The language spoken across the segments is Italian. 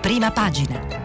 Prima pagina.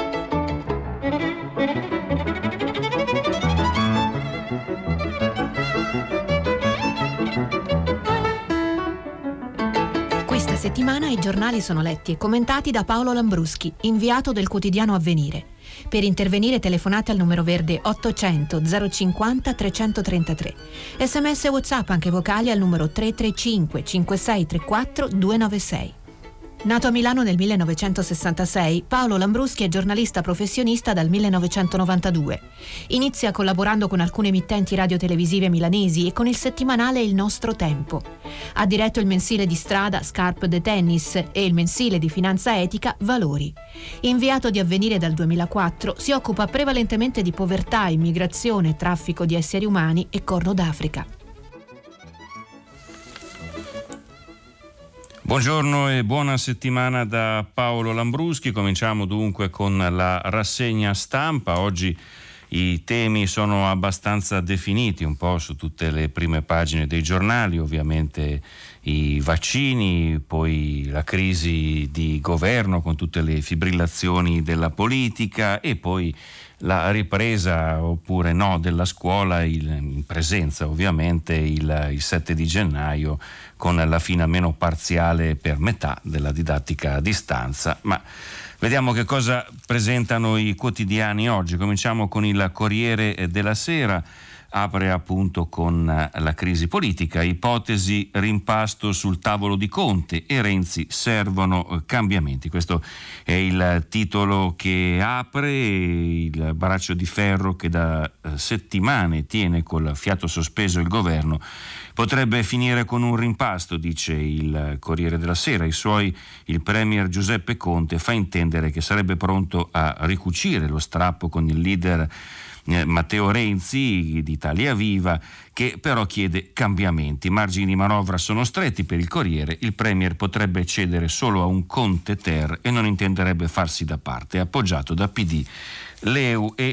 Questa settimana i giornali sono letti e commentati da Paolo Lambruschi, inviato del quotidiano Avvenire. Per intervenire telefonate al numero verde 800 050 333. SMS e WhatsApp anche vocali al numero 335 5634 296. Nato a Milano nel 1966, Paolo Lambruschi è giornalista professionista dal 1992. Inizia collaborando con alcune emittenti radiotelevisive milanesi e con il settimanale Il Nostro Tempo. Ha diretto il mensile di strada Scarpe de Tennis e il mensile di finanza etica Valori. Inviato di Avvenire dal 2004, si occupa prevalentemente di povertà, immigrazione, traffico di esseri umani e Corno d'Africa. Buongiorno e buona settimana da Paolo Lambruschi. Cominciamo dunque con la rassegna stampa. Oggi i temi sono abbastanza definiti un po' su tutte le prime pagine dei giornali, ovviamente i vaccini, poi la crisi di governo con tutte le fibrillazioni della politica e poi la ripresa oppure no della scuola in presenza ovviamente il 7 di gennaio con la fine almeno parziale per metà della didattica a distanza. Ma vediamo che cosa presentano i quotidiani oggi. Cominciamo con il Corriere della Sera. Apre appunto con la crisi politica, ipotesi rimpasto sul tavolo di Conte e Renzi, servono cambiamenti. Questo è il titolo che apre il braccio di ferro che da settimane tiene col fiato sospeso il governo. Potrebbe finire con un rimpasto, dice il Corriere della Sera. Il premier Giuseppe Conte fa intendere che sarebbe pronto a ricucire lo strappo con il leader Matteo Renzi di Italia Viva, che però chiede cambiamenti. I margini di manovra sono stretti per il Corriere. Il premier potrebbe cedere solo a un Conte ter e non intenderebbe farsi da parte. È appoggiato da PD, Leu e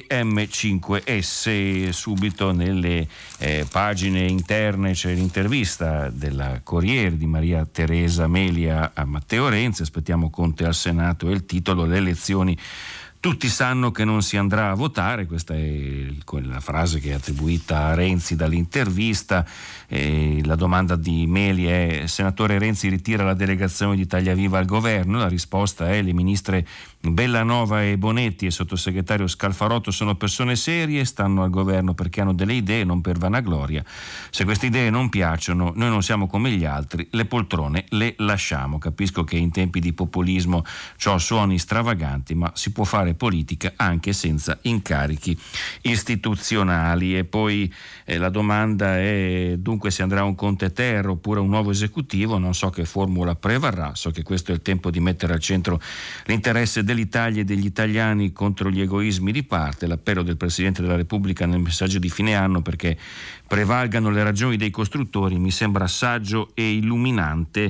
M5S. Subito nelle pagine interne c'è l'intervista del Corriere di Maria Teresa Melia a Matteo Renzi. Aspettiamo Conte al Senato e il titolo: le elezioni tutti sanno che non si andrà a votare. Questa è quella frase che è attribuita a Renzi dall'intervista. La domanda di Meli è: senatore Renzi ritira la delegazione di Italia Viva al governo? La risposta è: le ministre Bellanova e Bonetti e sottosegretario Scalfarotto sono persone serie, stanno al governo perché hanno delle idee, non per vanagloria. Se queste idee non piacciono, noi non siamo come gli altri, le poltrone le lasciamo. Capisco che in tempi di populismo ciò suoni stravaganti, ma si può fare politica anche senza incarichi istituzionali. E poi la domanda è dunque se andrà un Conte ter oppure un nuovo esecutivo. Non so che formula prevarrà, so che questo è il tempo di mettere al centro l'interesse dell'Italia e degli italiani contro gli egoismi di parte. L'appello del Presidente della Repubblica nel messaggio di fine anno perché prevalgano le ragioni dei costruttori mi sembra saggio e illuminante.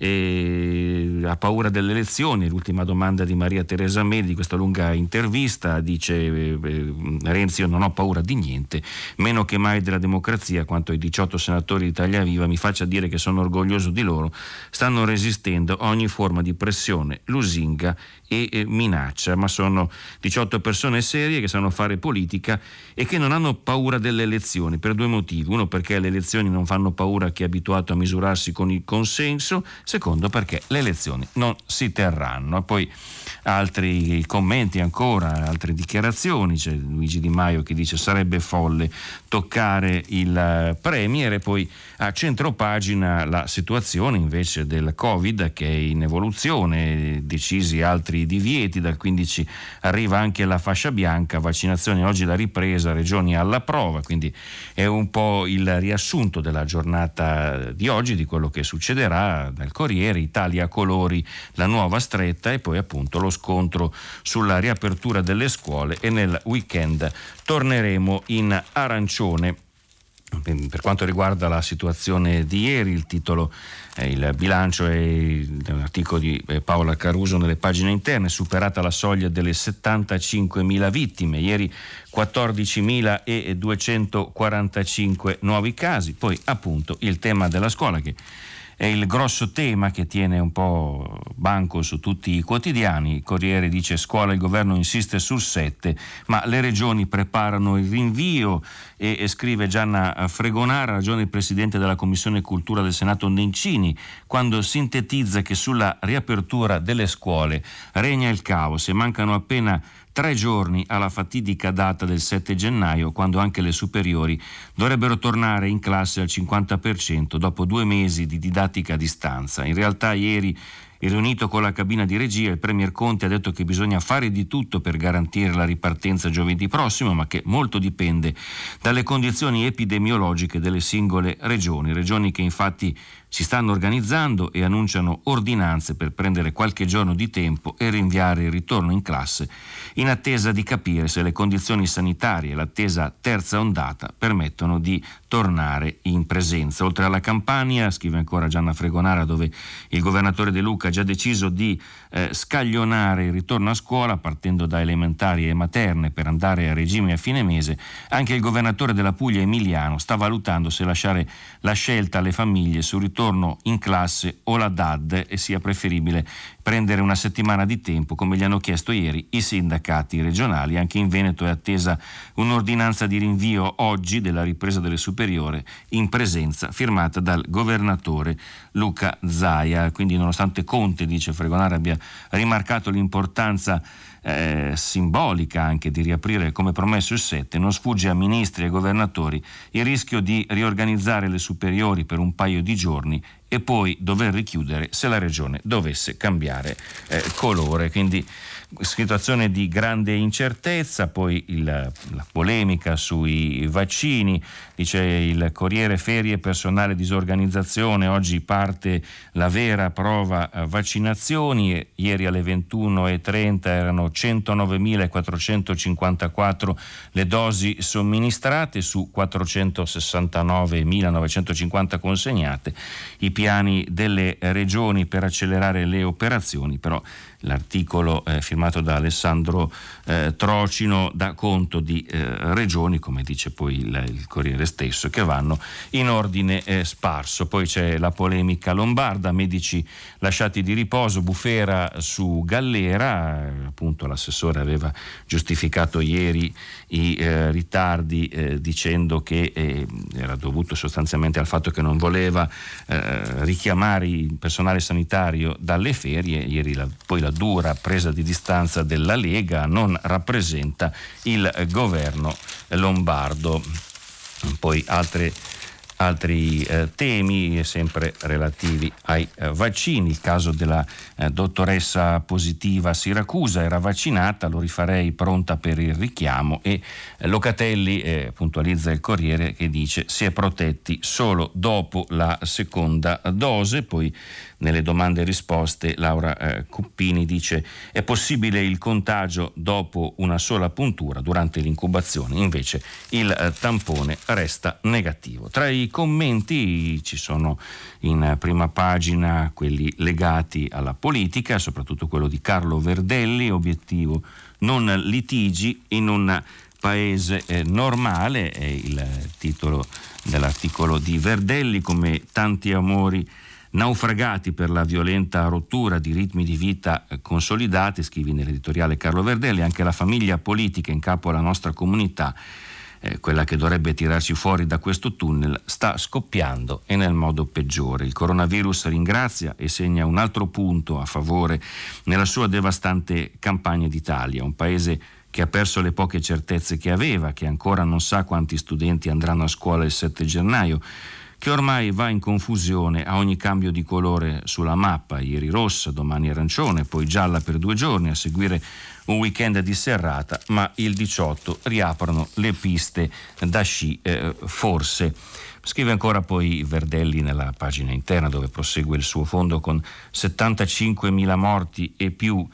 Ha paura delle elezioni? L'ultima domanda di Maria Teresa Meli di questa lunga intervista. Dice Renzi: io non ho paura di niente, meno che mai della democrazia. Quanto ai 18 senatori di Italia Viva, mi faccia dire che sono orgoglioso di loro, stanno resistendo a ogni forma di pressione, lusinga e minaccia, ma sono 18 persone serie che sanno fare politica e che non hanno paura delle elezioni per due motivi: uno, perché le elezioni non fanno paura a chi è abituato a misurarsi con il consenso; secondo, perché le elezioni non si terranno. Poi altri commenti ancora, altre dichiarazioni. C'è Luigi Di Maio che dice: sarebbe folle toccare il premier. E poi a centropagina la situazione invece del Covid, che è in evoluzione, decisi altri divieti, dal 15 arriva anche la fascia bianca, vaccinazioni oggi la ripresa, regioni alla prova. Quindi è un po' il riassunto della giornata di oggi, di quello che succederà. Dal Corriere: Italia a colori, la nuova stretta, e poi appunto lo scontro sulla riapertura delle scuole, e nel weekend torneremo in arancione. Per quanto riguarda la situazione di ieri, il titolo, il bilancio è un articolo di Paola Caruso nelle pagine interne: superata la soglia delle 75.000 vittime, ieri 14.245 nuovi casi. Poi appunto il tema della scuola, che è il grosso tema che tiene un po' banco su tutti i quotidiani. Il Corriere dice: scuola, il governo insiste sul 7, ma le regioni preparano il rinvio, e scrive Gianna Fregonara, ha ragione il presidente della Commissione Cultura del Senato Nencini quando sintetizza che sulla riapertura delle scuole regna il caos e mancano appena 3 giorni alla fatidica data del 7 gennaio, quando anche le superiori dovrebbero tornare in classe al 50% dopo 2 mesi di didattica a distanza. In realtà ieri, riunito con la cabina di regia, il Premier Conte ha detto che bisogna fare di tutto per garantire la ripartenza giovedì prossimo, ma che molto dipende dalle condizioni epidemiologiche delle singole regioni che infatti si stanno organizzando e annunciano ordinanze per prendere qualche giorno di tempo e rinviare il ritorno in classe, in attesa di capire se le condizioni sanitarie e l'attesa terza ondata permettono di tornare in presenza. Oltre alla Campania, scrive ancora Gianna Fregonara, dove il governatore De Luca ha già deciso di scaglionare il ritorno a scuola partendo da elementari e materne per andare a regime a fine mese, anche il governatore della Puglia Emiliano sta valutando se lasciare la scelta alle famiglie sul ritorno in classe o la DAD e sia preferibile prendere una settimana di tempo, come gli hanno chiesto ieri i sindacati regionali. Anche in Veneto è attesa un'ordinanza di rinvio oggi della ripresa delle superiori in presenza, firmata dal governatore Luca Zaia. Quindi, nonostante Conte, dice Fregonara, abbia rimarcato l'importanza simbolica anche di riaprire come promesso il 7, non sfugge a ministri e governatori il rischio di riorganizzare le superiori per un paio di giorni e poi dover richiudere se la regione dovesse cambiare colore. Quindi situazione di grande incertezza. Poi la polemica sui vaccini, dice il Corriere: ferie, personale, disorganizzazione, oggi parte la vera prova vaccinazioni. Ieri alle 21:30 erano 109.454 le dosi somministrate su 469.950 consegnate. I piani delle regioni per accelerare le operazioni, però l'articolo firmato da Alessandro Trocino dà conto di regioni, come dice poi il Corriere stesso, che vanno in ordine sparso. Poi c'è la polemica lombarda, medici lasciati di riposo, bufera su Gallera. Appunto l'assessore aveva giustificato ieri i ritardi dicendo che era dovuto sostanzialmente al fatto che non voleva richiamare il personale sanitario dalle ferie. Ieri poi la dura presa di distanza della Lega non rappresenta il governo lombardo. Poi altri temi sempre relativi ai vaccini. Il caso della dottoressa positiva a Siracusa, era vaccinata, lo rifarei, pronta per il richiamo, e Locatelli puntualizza il Corriere che dice si è protetti solo dopo la seconda dose. Poi nelle domande e risposte Laura Cuppini dice è possibile il contagio dopo una sola puntura, durante l'incubazione invece il tampone resta negativo. Tra i commenti ci sono in prima pagina quelli legati alla politica, soprattutto quello di Carlo Verdelli: obiettivo non litigi in un paese normale, è il titolo dell'articolo di Verdelli. Come tanti amori naufragati per la violenta rottura di ritmi di vita consolidati, scrive nell'editoriale Carlo Verdelli, anche la famiglia politica in capo alla nostra comunità, quella che dovrebbe tirarci fuori da questo tunnel, sta scoppiando e nel modo peggiore. Il coronavirus ringrazia e segna un altro punto a favore nella sua devastante campagna d'Italia, un paese che ha perso le poche certezze che aveva, che ancora non sa quanti studenti andranno a scuola il 7 gennaio, che ormai va in confusione a ogni cambio di colore sulla mappa, ieri rossa, domani arancione, poi gialla per 2 giorni, a seguire un weekend di serrata, ma il 18 riaprono le piste da sci, forse. Scrive ancora poi Verdelli nella pagina interna, dove prosegue il suo fondo, con 75.000 morti e più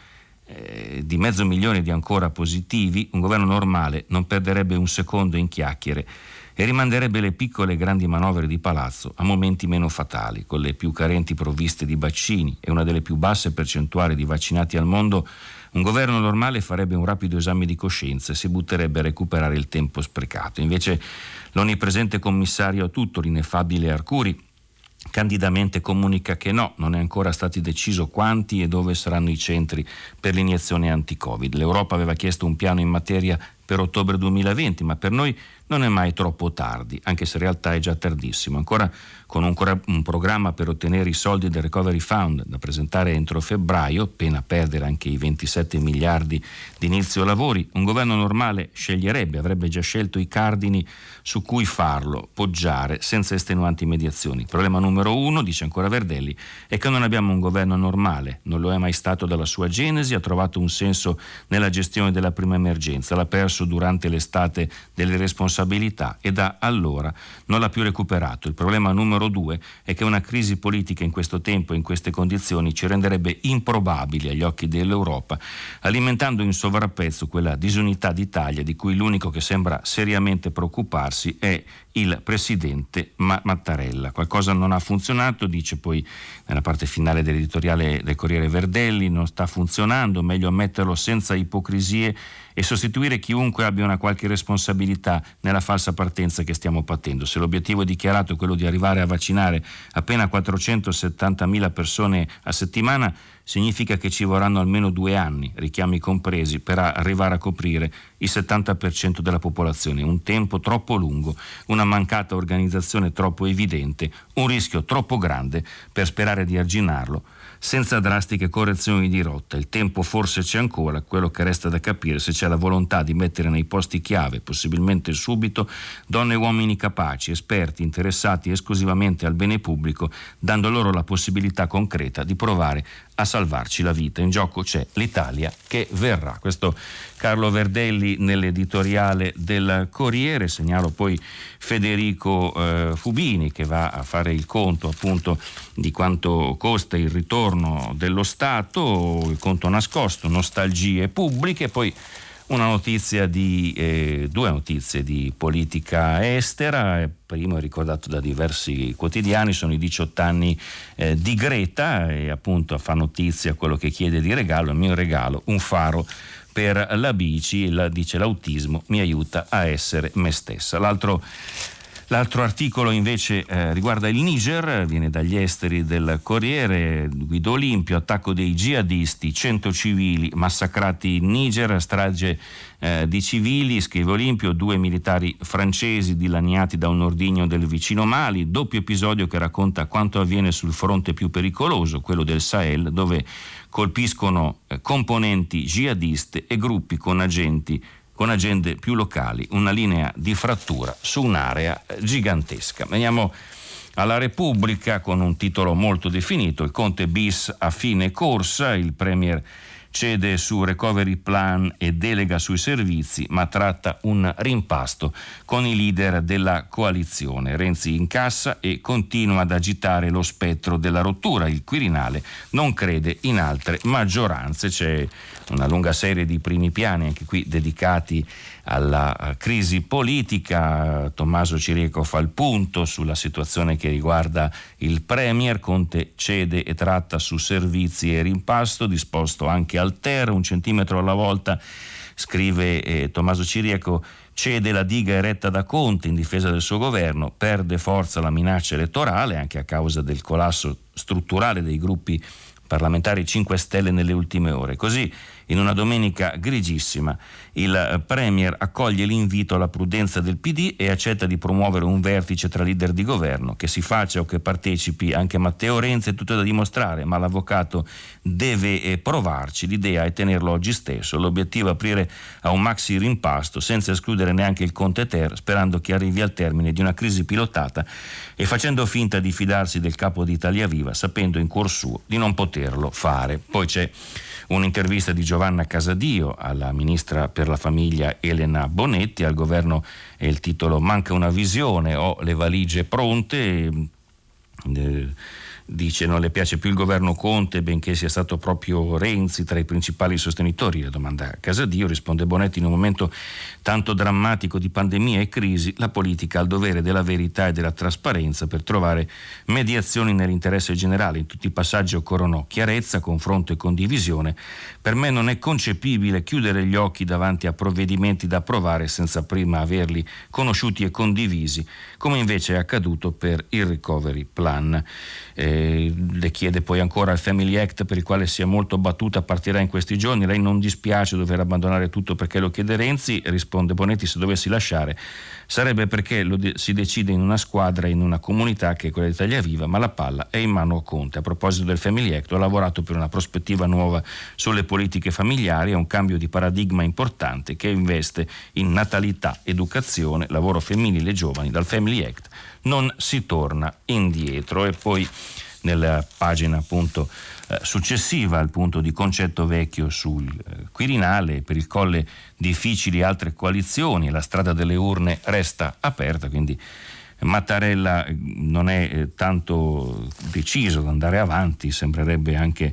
di 500.000 di ancora positivi, un governo normale non perderebbe un secondo in chiacchiere e rimanderebbe le piccole e grandi manovre di palazzo a momenti meno fatali. Con le più carenti provviste di vaccini e una delle più basse percentuali di vaccinati al mondo, un governo normale farebbe un rapido esame di coscienza e si butterebbe a recuperare il tempo sprecato. Invece l'onnipresente commissario a tutto, l'ineffabile Arcuri, candidamente comunica che no, non è ancora stato deciso quanti e dove saranno i centri per l'iniezione anti-Covid. L'Europa aveva chiesto un piano in materia per ottobre 2020, ma per noi non è mai troppo tardi, anche se in realtà è già tardissimo. Ancora con un programma per ottenere i soldi del Recovery Fund da presentare entro febbraio, pena perdere anche i 27 miliardi di inizio lavori, un governo normale avrebbe già scelto i cardini su cui farlo poggiare senza estenuanti mediazioni. Il problema numero 1, dice ancora Verdelli, è che non abbiamo un governo normale, non lo è mai stato dalla sua genesi, ha trovato un senso nella gestione della prima emergenza, l'ha perso durante l'estate delle responsabilità e da allora non l'ha più recuperato. Il problema numero 2 è che una crisi politica in questo tempo e in queste condizioni ci renderebbe improbabili agli occhi dell'Europa, alimentando in sovrapprezzo quella disunità d'Italia di cui l'unico che sembra seriamente preoccuparsi è il presidente Mattarella. Qualcosa non ha funzionato, dice poi nella parte finale dell'editoriale del Corriere Verdelli, non sta funzionando, meglio ammetterlo senza ipocrisie e sostituire chiunque abbia una qualche responsabilità nella falsa partenza che stiamo patendo. Se l'obiettivo dichiarato è quello di arrivare a vaccinare appena 470.000 persone a settimana, significa che ci vorranno almeno 2 anni, richiami compresi, per arrivare a coprire il 70% della popolazione. Un tempo troppo lungo, una mancata organizzazione troppo evidente, un rischio troppo grande per sperare di arginarlo senza drastiche correzioni di rotta. Il tempo forse c'è ancora, quello che resta da capire se c'è la volontà di mettere nei posti chiave, possibilmente subito, donne e uomini capaci, esperti, interessati esclusivamente al bene pubblico, dando loro la possibilità concreta di provare a salvarci la vita. In gioco c'è l'Italia che verrà. Questo Carlo Verdelli nell'editoriale del Corriere. Segnalo poi Federico Fubini che va a fare il conto appunto di quanto costa il ritorno dello Stato, il conto nascosto, nostalgie pubbliche, poi una notizia due notizie di politica estera. Primo è ricordato da diversi quotidiani, sono i 18 anni di Greta e appunto fa notizia quello che chiede di regalo, il mio regalo, un faro per la bici, dice l'autismo mi aiuta a essere me stessa. L'altro articolo invece riguarda il Niger, viene dagli esteri del Corriere, Guido Olimpio, attacco dei jihadisti, 100 civili massacrati in Niger, strage di civili, scrive Olimpio, 2 militari francesi dilaniati da un ordigno del vicino Mali, doppio episodio che racconta quanto avviene sul fronte più pericoloso, quello del Sahel, dove colpiscono componenti jihadiste e gruppi con agende più locali, una linea di frattura su un'area gigantesca. Veniamo alla Repubblica con un titolo molto definito, il Conte bis a fine corsa, il Premier cede su recovery plan e delega sui servizi, ma tratta un rimpasto con i leader della coalizione. Renzi incassa e continua ad agitare lo spettro della rottura. Il Quirinale non crede in altre maggioranze. C'è una lunga serie di primi piani, anche qui dedicati alla crisi politica. Tommaso Ciriaco fa il punto sulla situazione che riguarda il Premier. Conte cede e tratta su servizi e rimpasto, disposto anche al TER, 1 centimetro alla volta, scrive Tommaso Ciriaco. Cede la diga eretta da Conte in difesa del suo governo, perde forza la minaccia elettorale anche a causa del collasso strutturale dei gruppi parlamentari 5 Stelle nelle ultime ore. Così, in una domenica grigissima, il Premier accoglie l'invito alla prudenza del PD e accetta di promuovere un vertice tra leader di governo. Che si faccia o che partecipi anche Matteo Renzi è tutto da dimostrare, ma l'avvocato deve provarci. L'idea è tenerlo oggi stesso. L'obiettivo è aprire a un maxi rimpasto senza escludere neanche il Conte Ter, sperando che arrivi al termine di una crisi pilotata e facendo finta di fidarsi del capo di Italia Viva, sapendo in cuor suo di non poterlo fare. Poi c'è un'intervista di Giovanna Casadio alla ministra per la famiglia Elena Bonetti. Al governo è il titolo "Manca una visione, ho le valigie pronte". dice non le piace più il governo Conte, benché sia stato proprio Renzi tra i principali sostenitori. La domanda a Casadio, risponde Bonetti: in un momento tanto drammatico di pandemia e crisi, la politica ha il dovere della verità e della trasparenza per trovare mediazioni nell'interesse generale. In tutti i passaggi occorrono chiarezza, confronto e condivisione. Per me non è concepibile chiudere gli occhi davanti a provvedimenti da approvare senza prima averli conosciuti e condivisi, come invece è accaduto per il Recovery Plan. Le chiede poi ancora il Family Act, per il quale si è molto battuta, partirà in questi giorni. Lei non dispiace dover abbandonare tutto perché lo chiede Renzi? Risponde Bonetti: se dovessi lasciare sarebbe perché si decide in una squadra, in una comunità che è quella di Italia Viva, ma la palla è in mano a Conte. A proposito del Family Act, ho lavorato per una prospettiva nuova sulle politiche familiari, è un cambio di paradigma importante che investe in natalità, educazione, lavoro femminile e giovani. Dal Family Act non si torna indietro. E poi nella pagina appunto successiva al punto di Concetto Vecchio sul Quirinale: per il Colle difficili altre coalizioni, la strada delle urne resta aperta. Quindi Mattarella non è tanto deciso ad andare avanti, sembrerebbe anche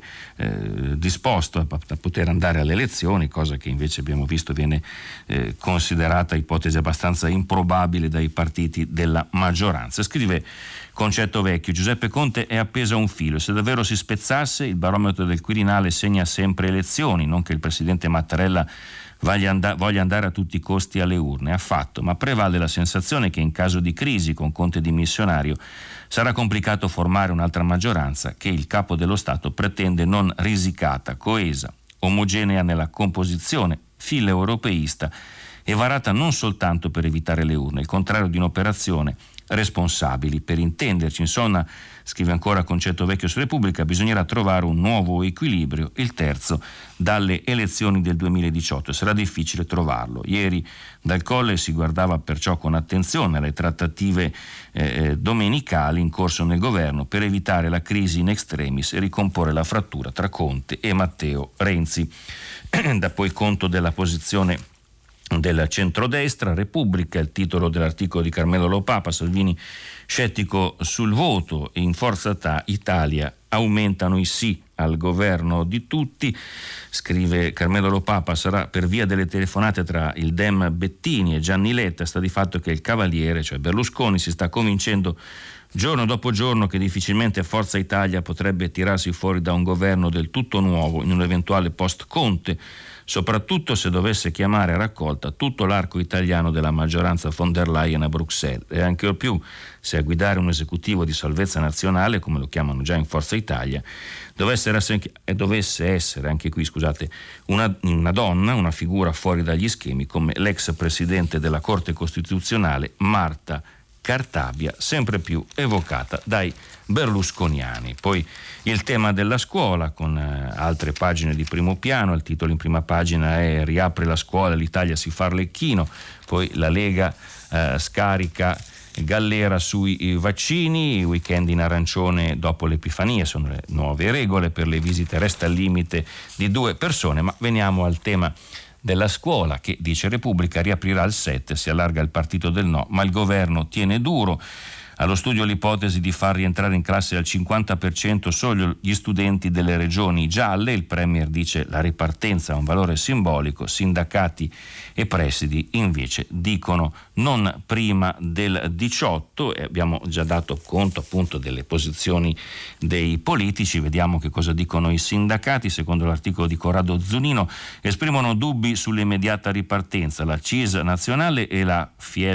disposto a poter andare alle elezioni, cosa che invece abbiamo visto viene considerata ipotesi abbastanza improbabile dai partiti della maggioranza. Scrive Concetto Vecchio: Giuseppe Conte è appeso a un filo, se davvero si spezzasse il barometro del Quirinale segna sempre elezioni, non che il presidente Mattarella voglia andare a tutti i costi alle urne, affatto, ma prevale la sensazione che in caso di crisi con Conte dimissionario sarà complicato formare un'altra maggioranza che il capo dello Stato pretende non risicata, coesa, omogenea nella composizione, filo-europeista e varata non soltanto per evitare le urne, il contrario di un'operazione responsabili. Per intenderci, insomma, scrive ancora Concetto Vecchio su Repubblica, bisognerà trovare un nuovo equilibrio, il terzo dalle elezioni del 2018. Sarà difficile trovarlo. Ieri dal Colle si guardava perciò con attenzione alle trattative domenicali in corso nel governo per evitare la crisi in extremis e ricomporre la frattura tra Conte e Matteo Renzi. Da poi conto della posizione del centrodestra. Repubblica, il titolo dell'articolo di Carmelo Lopapa: Salvini scettico sul voto, in Forza Italia aumentano i sì al governo di tutti. Scrive Carmelo Lopapa: sarà per via delle telefonate tra il Dem Bettini e Gianni Letta, sta di fatto che il cavaliere, cioè Berlusconi, si sta convincendo giorno dopo giorno che difficilmente Forza Italia potrebbe tirarsi fuori da un governo del tutto nuovo in un eventuale post-Conte, soprattutto se dovesse chiamare a raccolta tutto l'arco italiano della maggioranza von der Leyen a Bruxelles, e anche più se a guidare un esecutivo di salvezza nazionale, come lo chiamano già in Forza Italia, dovesse essere anche qui, una donna, una figura fuori dagli schemi come l'ex presidente della Corte Costituzionale Marta Cartabia, sempre più evocata dai berlusconiani. Poi il tema della scuola con altre pagine di primo piano. Il titolo in prima pagina è: riapre la scuola, l'Italia si fa Arlecchino. Poi la Lega scarica Gallera sui vaccini, weekend in arancione dopo l'Epifania, sono le nuove regole per le visite, resta il limite di 2 persone. Ma veniamo al tema della scuola, che, dice Repubblica, riaprirà il 7, si allarga il partito del no, ma il governo tiene duro. Allo studio l'ipotesi di far rientrare in classe al 50% solo gli studenti delle regioni gialle. Il Premier dice la ripartenza ha un valore simbolico, sindacati e presidi invece dicono non prima del 18, e abbiamo già dato conto appunto delle posizioni dei politici. Vediamo che cosa dicono i sindacati. Secondo l'articolo di Corrado Zunino esprimono dubbi sull'immediata ripartenza la CIS nazionale e la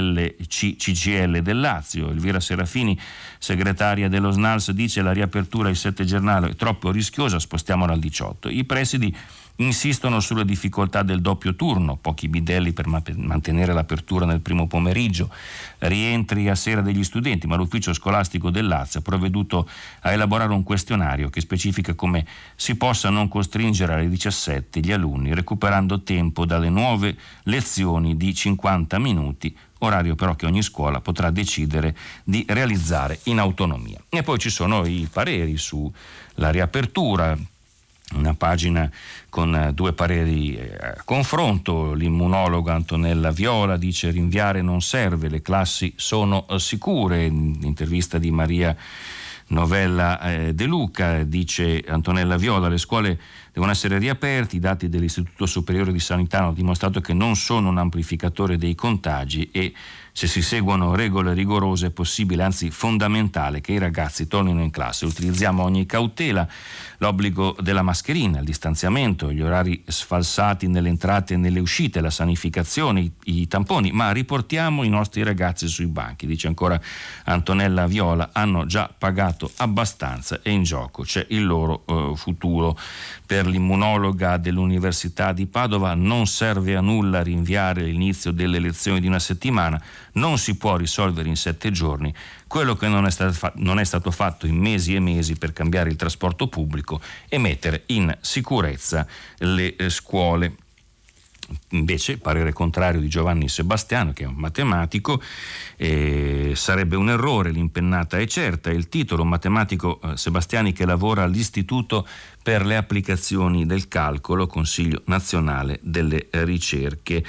FLC-CGL del Lazio. Elvira Serafini, segretaria dello SNALS, dice la riapertura il 7 gennaio è troppo rischiosa, spostiamola al 18. I presidi insistono sulle difficoltà del doppio turno, pochi bidelli per mantenere l'apertura nel primo pomeriggio, rientri a sera degli studenti, ma l'ufficio scolastico del Lazio ha provveduto a elaborare un questionario che specifica come si possa non costringere alle 17 gli alunni, recuperando tempo dalle nuove lezioni di 50 minuti, orario però che ogni scuola potrà decidere di realizzare in autonomia. E poi ci sono i pareri sulla riapertura, una pagina con 2 pareri a confronto. L'immunologa Antonella Viola dice rinviare non serve, le classi sono sicure. Intervista di Maria Novella De Luca. Dice Antonella Viola: le scuole devono essere riaperte, i dati dell'Istituto Superiore di Sanità hanno dimostrato che non sono un amplificatore dei contagi e se si seguono regole rigorose è possibile, anzi fondamentale, che i ragazzi tornino in classe. Utilizziamo ogni cautela, l'obbligo della mascherina, il distanziamento, gli orari sfalsati nelle entrate e nelle uscite, la sanificazione, i tamponi, ma riportiamo i nostri ragazzi sui banchi. Dice ancora Antonella Viola: hanno già pagato abbastanza e in gioco c'è il loro futuro. Per l'immunologa dell'Università di Padova: non serve a nulla rinviare l'inizio delle lezioni di una settimana, non si può risolvere in 7 giorni quello che non è stato fatto in mesi e mesi per cambiare il trasporto pubblico e mettere in sicurezza le scuole. Invece, parere contrario di Giovanni Sebastiano, che è un matematico: sarebbe un errore, l'impennata è certa. Il titolo: un matematico Sebastiani che lavora all'Istituto per le applicazioni del calcolo, Consiglio nazionale delle ricerche.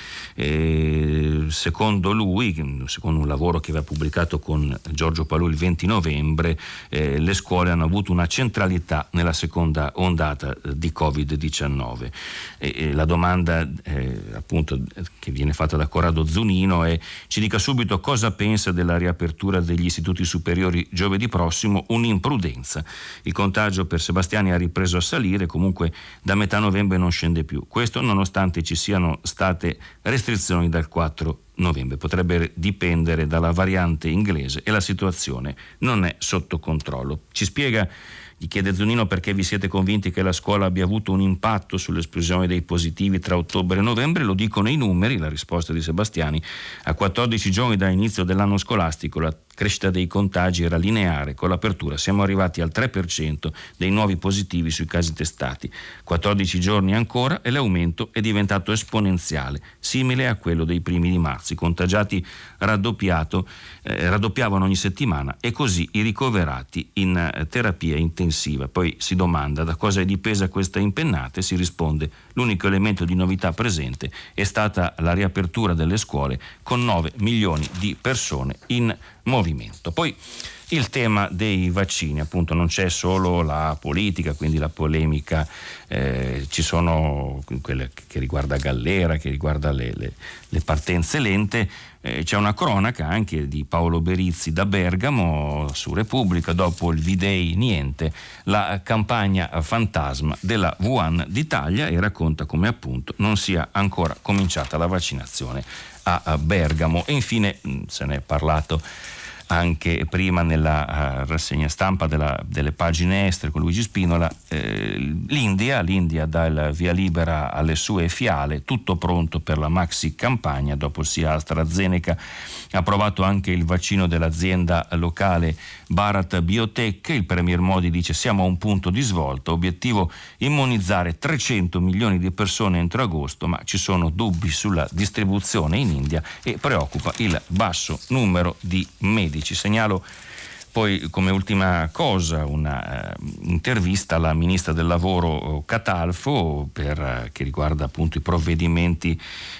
Secondo lui, secondo un lavoro che aveva pubblicato con Giorgio Palù il 20 novembre, le scuole hanno avuto una centralità nella seconda ondata di Covid-19. La domanda appunto che viene fatta da Corrado Zunino è: ci dica subito cosa pensa della riapertura degli istituti superiori giovedì prossimo. Un'imprudenza. Il contagio per Sebastiani ha ripreso a salire, comunque da metà novembre non scende più. Questo nonostante ci siano state restrizioni dal 4 novembre. Potrebbe dipendere dalla variante inglese e la situazione non è sotto controllo. Ci spiega, gli chiede Zunino, perché vi siete convinti che la scuola abbia avuto un impatto sull'esplosione dei positivi tra ottobre e novembre? Lo dicono i numeri. La risposta di Sebastiani: a 14 giorni dall'inizio dell'anno scolastico la crescita dei contagi era lineare, con l'apertura siamo arrivati al 3% dei nuovi positivi sui casi testati. 14 giorni ancora e l'aumento è diventato esponenziale, simile a quello dei primi di marzo. I contagiati raddoppiavano ogni settimana e così i ricoverati in terapia intensiva. Poi si domanda da cosa è dipesa questa impennata e si risponde: l'unico elemento di novità presente è stata la riapertura delle scuole con 9 milioni di persone in movimento. Poi il tema dei vaccini, appunto, non c'è solo la politica, quindi la polemica, ci sono quelle che riguarda Gallera, che riguarda le partenze lente. C'è una cronaca anche di Paolo Berizzi da Bergamo su Repubblica: dopo il V-Day niente, la campagna fantasma della Wuhan d'Italia, e racconta come appunto non sia ancora cominciata la vaccinazione a Bergamo. E infine se ne è parlato anche prima nella rassegna stampa delle pagine estere con Luigi Spinola, l'India dà il via libera alle sue fiale, tutto pronto per la maxi campagna. Dopo sia AstraZeneca ha approvato anche il vaccino dell'azienda locale Bharat Biotech. Il premier Modi dice: siamo a un punto di svolta, obiettivo immunizzare 300 milioni di persone entro agosto, ma ci sono dubbi sulla distribuzione in India e preoccupa il basso numero di medici. Segnalo poi come ultima cosa una intervista alla ministra del lavoro Catalfo che riguarda appunto i provvedimenti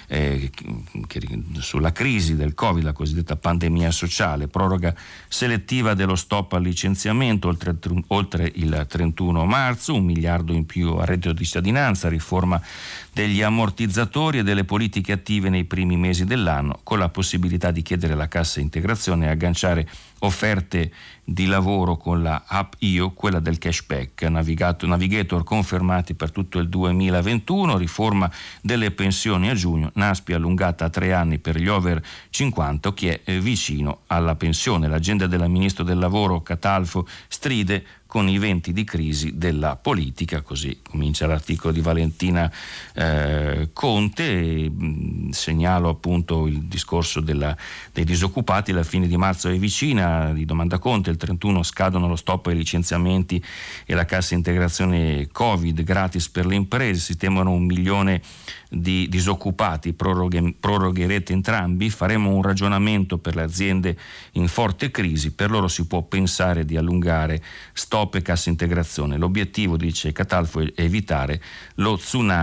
sulla crisi del Covid, la cosiddetta pandemia sociale, proroga selettiva dello stop al licenziamento oltre il 31 marzo, 1 miliardo in più a reddito di cittadinanza, riforma degli ammortizzatori e delle politiche attive nei primi mesi dell'anno, con la possibilità di chiedere la cassa integrazione e agganciare offerte di lavoro con la app Io, quella del cashback. Navigator confermati per tutto il 2021, riforma delle pensioni a giugno, NASPI allungata a 3 anni per gli over 50 o chi è vicino alla pensione. L'agenda del ministro del lavoro Catalfo stride con i venti di crisi della politica, così comincia l'articolo di Valentina Conte. Segnalo appunto il discorso dei disoccupati. La fine di marzo è vicina, di Domanda Conte, il 31 scadono lo stop ai licenziamenti e la cassa integrazione Covid gratis per le imprese, si temono 1 milione di disoccupati, prorogherete entrambi, faremo un ragionamento per le aziende in forte crisi, per loro si può pensare di allungare stop e cassa integrazione. L'obiettivo, dice Catalfo, è evitare lo tsunami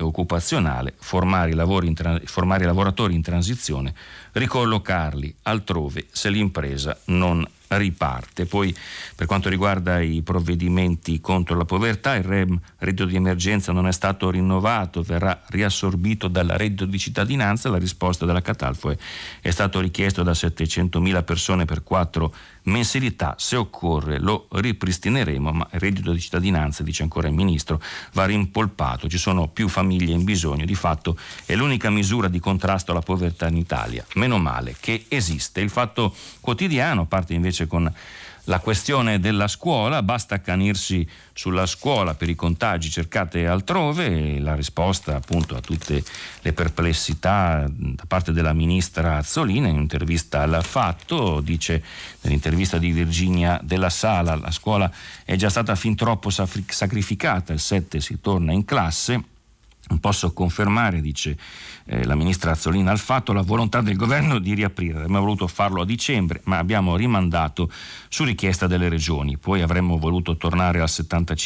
occupazionale, formare i lavoratori in transizione, ricollocarli altrove se l'impresa non riparte. Poi, per quanto riguarda i provvedimenti contro la povertà, il reddito di emergenza non è stato rinnovato, verrà riassorbito dal reddito di cittadinanza. La risposta della Catalfo è stato richiesto da 700.000 persone per 4 mensilità, se occorre lo ripristineremo, ma il reddito di cittadinanza, dice ancora il ministro, va rimpolpato, ci sono più famiglie in bisogno, di fatto è l'unica misura di contrasto alla povertà in Italia, meno male che esiste. Il Fatto Quotidiano parte invece con la questione della scuola, basta accanirsi sulla scuola per i contagi, cercate altrove. La risposta appunto a tutte le perplessità da parte della ministra Azzolina in un'intervista al Fatto, dice nell'intervista di Virginia Della Sala: la scuola è già stata fin troppo sacrificata, il 7 si torna in classe. Non posso confermare, dice la ministra Azzolina al Fatto, la volontà del governo di riaprire. Avremmo voluto farlo a dicembre, ma abbiamo rimandato su richiesta delle regioni. Poi avremmo voluto tornare al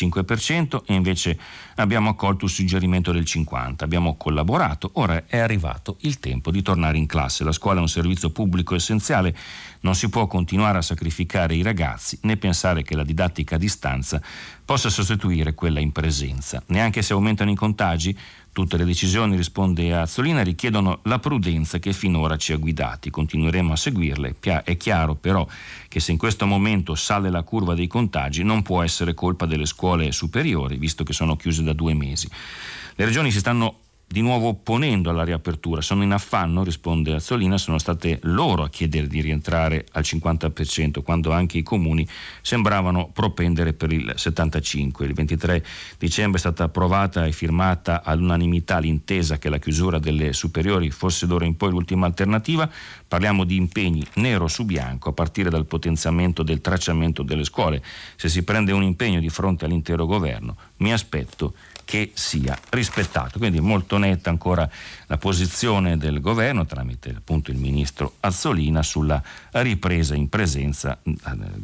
75% e invece abbiamo accolto il suggerimento del 50%. Abbiamo collaborato, ora è arrivato il tempo di tornare in classe. La scuola è un servizio pubblico essenziale, non si può continuare a sacrificare i ragazzi né pensare che la didattica a distanza possa sostituire quella in presenza. Neanche se aumentano i contagi, tutte le decisioni, risponde Azzolina, richiedono la prudenza che finora ci ha guidati. Continueremo a seguirle. È chiaro però che se in questo momento sale la curva dei contagi non può essere colpa delle scuole superiori, visto che sono chiuse da 2 mesi. Le regioni si stanno di nuovo opponendo alla riapertura, sono in affanno, risponde Azzolina, sono state loro a chiedere di rientrare al 50% quando anche i comuni sembravano propendere per il 75%. Il 23 dicembre è stata approvata e firmata all'unanimità l'intesa che la chiusura delle superiori fosse d'ora in poi l'ultima alternativa. Parliamo di impegni nero su bianco a partire dal potenziamento del tracciamento delle scuole. Se si prende un impegno di fronte all'intero governo, mi aspetto che sia rispettato. Quindi molto netta ancora la posizione del governo tramite appunto il ministro Azzolina sulla ripresa in presenza al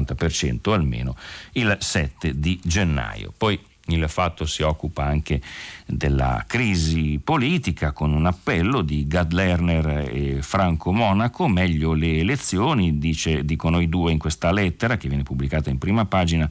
50% almeno il 7 di gennaio. Poi il Fatto si occupa anche della crisi politica con un appello di Gad Lerner e Franco Monaco: meglio le elezioni, dicono i due in questa lettera che viene pubblicata in prima pagina.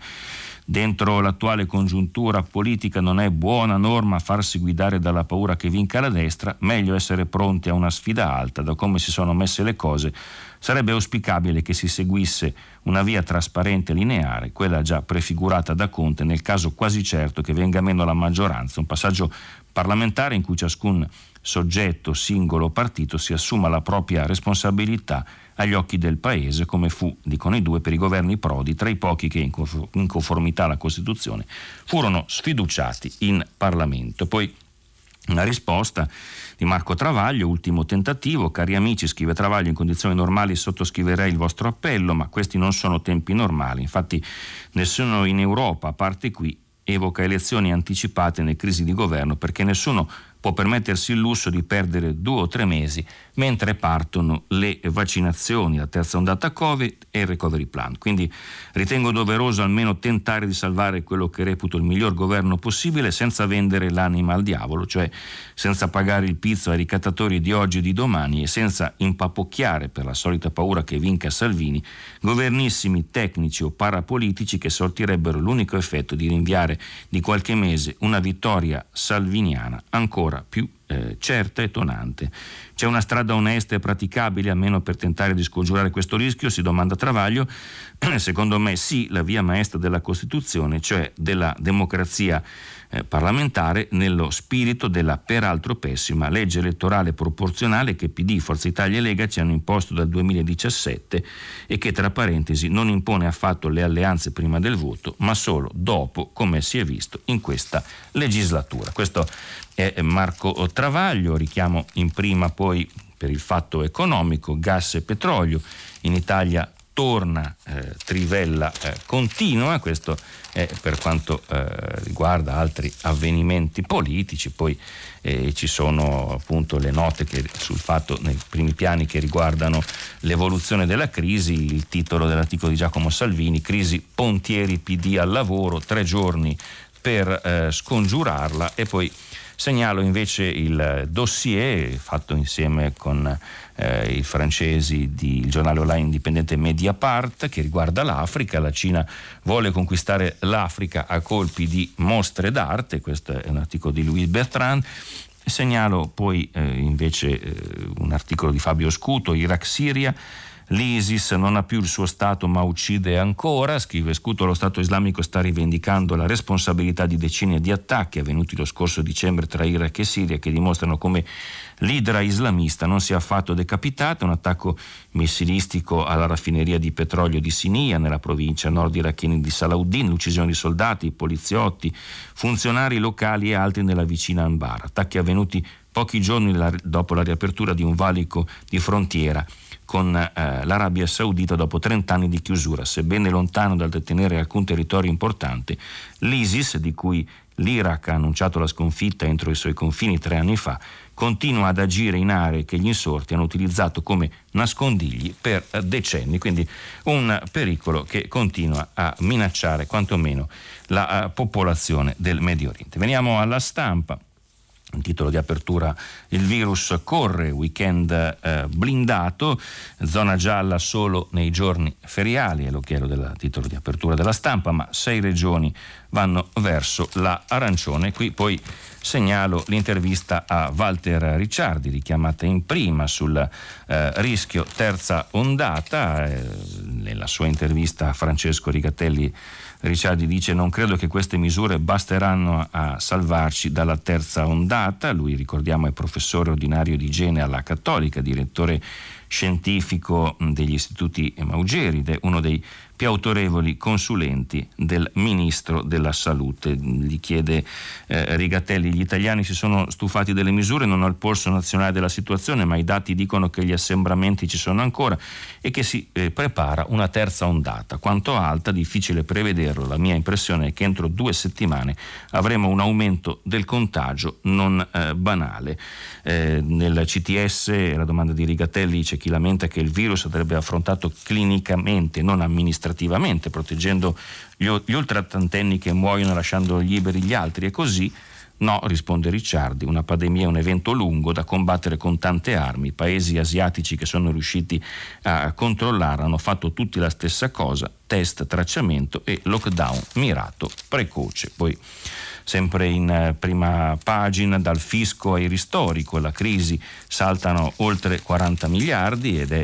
Dentro l'attuale congiuntura politica non è buona norma farsi guidare dalla paura che vinca la destra, meglio essere pronti a una sfida alta. Da come si sono messe le cose, sarebbe auspicabile che si seguisse una via trasparente e lineare, quella già prefigurata da Conte nel caso quasi certo che venga meno la maggioranza, un passaggio parlamentare in cui ciascun soggetto, singolo partito si assuma la propria responsabilità agli occhi del Paese, come fu, dicono i due, per i governi Prodi, tra i pochi che in conformità alla Costituzione furono sfiduciati in Parlamento. Poi una risposta di Marco Travaglio: ultimo tentativo, cari amici, scrive Travaglio, in condizioni normali sottoscriverei il vostro appello, ma questi non sono tempi normali, infatti nessuno in Europa, a parte qui, evoca elezioni anticipate nelle crisi di governo, perché nessuno può permettersi il lusso di perdere 2 o 3 mesi mentre partono le vaccinazioni, la terza ondata Covid e il recovery plan. Quindi ritengo doveroso almeno tentare di salvare quello che reputo il miglior governo possibile senza vendere l'anima al diavolo, cioè senza pagare il pizzo ai ricattatori di oggi e di domani e senza impapocchiare, per la solita paura che vinca Salvini, governissimi tecnici o parapolitici che sortirebbero l'unico effetto di rinviare di qualche mese una vittoria salviniana ancora più certa e tonante. C'è una strada onesta e praticabile almeno per tentare di scongiurare questo rischio? Si domanda Travaglio. Secondo me sì, la via maestra della Costituzione, cioè della democrazia parlamentare, nello spirito della peraltro pessima legge elettorale proporzionale che PD, Forza Italia e Lega ci hanno imposto dal 2017 e che, tra parentesi, non impone affatto le alleanze prima del voto, ma solo dopo, come si è visto in questa legislatura. Questo è Marco Travaglio. Richiamo in prima poi per il Fatto Economico: gas e petrolio. In Italia torna, trivella continua. Questo è per quanto riguarda altri avvenimenti politici. Poi ci sono appunto le note che sul Fatto nei primi piani che riguardano l'evoluzione della crisi. Il titolo dell'articolo di Giacomo Salvini: crisi Pontieri PD al lavoro, 3 giorni per scongiurarla. E poi segnalo invece il dossier fatto insieme con i francesi il giornale online indipendente Mediapart, che riguarda l'Africa. La Cina vuole conquistare l'Africa a colpi di mostre d'arte, questo è un articolo di Louis Bertrand. Segnalo poi invece un articolo di Fabio Scuto, Iraq-Siria. L'ISIS non ha più il suo Stato ma uccide ancora, scrive Scuto. Lo Stato islamico sta rivendicando la responsabilità di decine di attacchi avvenuti lo scorso dicembre tra Iraq e Siria, che dimostrano come l'idra islamista non sia affatto decapitata. Un attacco missilistico alla raffineria di petrolio di Sinia nella provincia nord irachena di Salahuddin, l'uccisione di soldati, poliziotti, funzionari locali e altri nella vicina Anbar. Attacchi avvenuti pochi giorni dopo la riapertura di un valico di frontiera con l'Arabia Saudita dopo 30 anni di chiusura. Sebbene lontano dal detenere alcun territorio importante, l'ISIS, di cui l'Iraq ha annunciato la sconfitta entro i suoi confini 3 anni fa, continua ad agire in aree che gli insorti hanno utilizzato come nascondigli per decenni. Quindi un pericolo che continua a minacciare quantomeno la popolazione del Medio Oriente. Veniamo alla Stampa. Il titolo di apertura: il virus corre, weekend blindato, zona gialla solo nei giorni feriali, è l'occhiello del titolo di apertura della Stampa, ma 6 regioni vanno verso la arancione. Qui poi segnalo l'intervista a Walter Ricciardi, richiamata in prima sul rischio terza ondata. Nella sua intervista a Francesco Rigatelli, Ricciardi dice: non credo che queste misure basteranno a salvarci dalla terza ondata. Lui, ricordiamo, è professore ordinario di igiene alla Cattolica, direttore scientifico degli istituti Maugeride, uno dei più autorevoli consulenti del Ministro della Salute. Gli chiede Rigatelli: gli italiani si sono stufati delle misure, non ho il polso nazionale della situazione, ma i dati dicono che gli assembramenti ci sono ancora e che si prepara una terza ondata. Quanto alta, difficile prevederlo. La mia impressione è che entro 2 settimane avremo un aumento del contagio non banale. Nel CTS, la domanda di Rigatelli, c'è chi lamenta che il virus andrebbe affrontato clinicamente, non amministrativamente, proteggendo gli ultraottantenni che muoiono lasciando liberi gli altri. E così no, risponde Ricciardi, una pandemia è un evento lungo da combattere con tante armi. I paesi asiatici che sono riusciti a controllarla hanno fatto tutti la stessa cosa: test, tracciamento e lockdown mirato precoce. Poi sempre in prima pagina, dal fisco ai ristori, con la crisi saltano oltre 40 miliardi ed è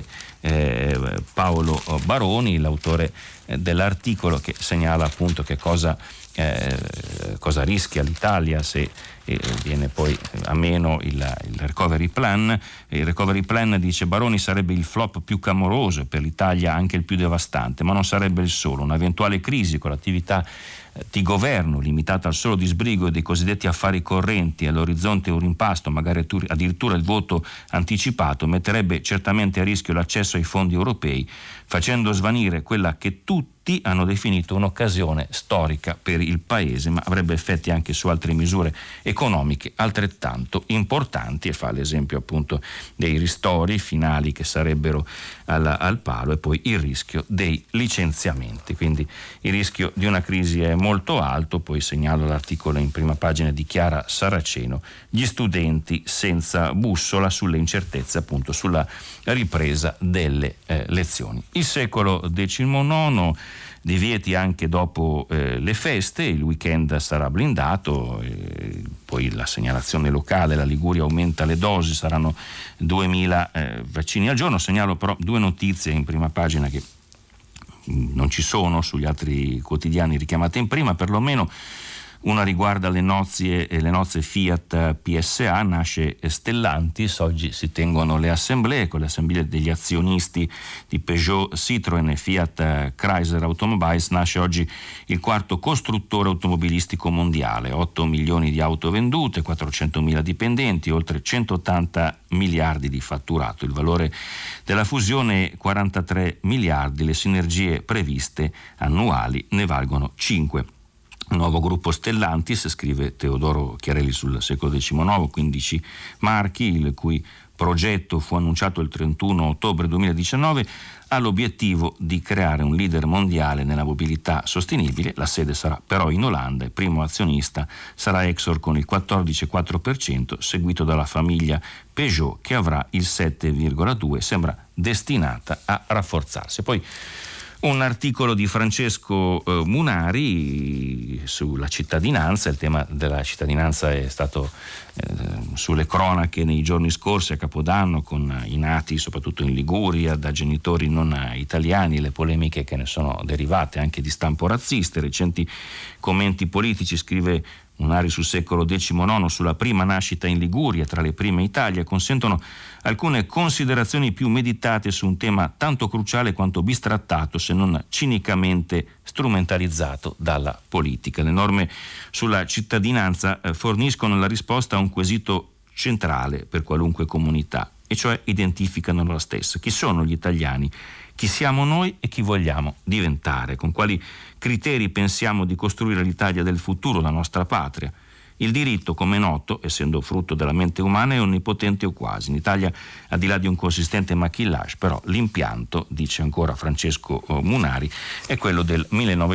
Paolo Baroni, l'autore dell'articolo, che segnala appunto che cosa rischia l'Italia se viene poi a meno il recovery plan. Il recovery plan, dice Baroni, sarebbe il flop più clamoroso per l'Italia, anche il più devastante, ma non sarebbe il solo. Un'eventuale crisi con l'attività di governo limitata al solo disbrigo dei cosiddetti affari correnti, all'orizzonte un rimpasto, magari addirittura il voto anticipato, metterebbe certamente a rischio l'accesso ai fondi europei, facendo svanire quella che tutti hanno definito un'occasione storica per il Paese, ma avrebbe effetti anche su altre misure economiche altrettanto importanti, e fa l'esempio appunto dei ristori finali che sarebbero al palo, e poi il rischio dei licenziamenti. Quindi il rischio di una crisi è molto alto. Poi segnalo l'articolo in prima pagina di Chiara Saraceno: gli studenti senza bussola, sulle incertezze appunto sulla ripresa delle lezioni. Il secolo XIX, divieti anche dopo le feste, il weekend sarà blindato, poi la segnalazione locale: la Liguria aumenta le dosi, saranno 2000 vaccini al giorno. Segnalo però 2 notizie in prima pagina che non ci sono sugli altri quotidiani richiamate in prima, perlomeno. Una riguarda le nozze Fiat PSA, nasce Stellantis, oggi si tengono le assemblee, con le assemblee degli azionisti di Peugeot, Citroën e Fiat Chrysler Automobiles. Nasce oggi il 4º costruttore automobilistico mondiale, 8 milioni di auto vendute, 400.000 dipendenti, oltre 180 miliardi di fatturato. Il valore della fusione è 43 miliardi, le sinergie previste annuali ne valgono 5 Un nuovo gruppo Stellantis, scrive Teodoro Chiarelli sul Secolo XIX, 15 marchi, il cui progetto fu annunciato il 31 ottobre 2019, ha l'obiettivo di creare un leader mondiale nella mobilità sostenibile. La sede sarà però in Olanda e primo azionista sarà Exor con il 14,4%, seguito dalla famiglia Peugeot che avrà il 7,2%, sembra destinata a rafforzarsi. Poi un articolo di Francesco Munari sulla cittadinanza. Il tema della cittadinanza è stato sulle cronache nei giorni scorsi a Capodanno, con i nati soprattutto in Liguria da genitori non italiani, le polemiche che ne sono derivate anche di stampo razzista, recenti commenti politici, scrive Munari sul Secolo XIX, sulla prima nascita in Liguria, tra le prime in Italia, consentono alcune considerazioni più meditate su un tema tanto cruciale quanto bistrattato, se non cinicamente strumentalizzato dalla politica. Le norme sulla cittadinanza forniscono la risposta a un quesito centrale per qualunque comunità, e cioè identificano la stessa. Chi sono gli italiani? Chi siamo noi e chi vogliamo diventare? Con quali criteri pensiamo di costruire l'Italia del futuro, la nostra patria? Il diritto, come è noto, essendo frutto della mente umana, è onnipotente o quasi. In Italia, al di là di un consistente maquillage, però l'impianto, dice ancora Francesco Munari, è quello del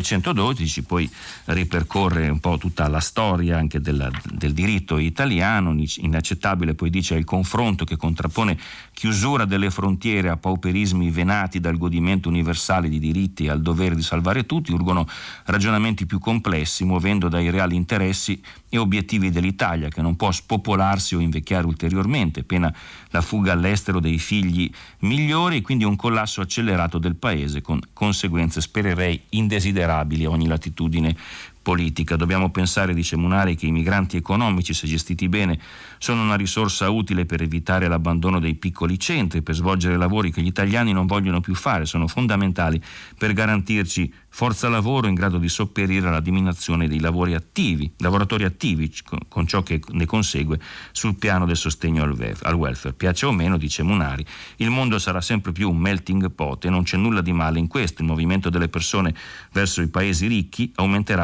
1912, poi ripercorre un po' tutta la storia anche del diritto italiano. Inaccettabile, poi dice, è il confronto che contrappone chiusura delle frontiere a pauperismi venati dal godimento universale di diritti e al dovere di salvare tutti. Urgono ragionamenti più complessi, muovendo dai reali interessi e obiettivi dell'Italia, che non può spopolarsi o invecchiare ulteriormente, pena la fuga all'estero dei figli migliori e quindi un collasso accelerato del paese, con conseguenze, spererei, indesiderabili a ogni latitudine politica. Dobbiamo pensare, dice Munari, che i migranti economici, se gestiti bene, sono una risorsa utile per evitare l'abbandono dei piccoli centri, per svolgere lavori che gli italiani non vogliono più fare. Sono fondamentali per garantirci forza lavoro in grado di sopperire alla diminuzione dei lavoratori attivi, con ciò che ne consegue sul piano del sostegno al welfare. Piace o meno, dice Munari, il mondo sarà sempre più un melting pot e non c'è nulla di male in questo. Il movimento delle persone verso i paesi ricchi aumenterà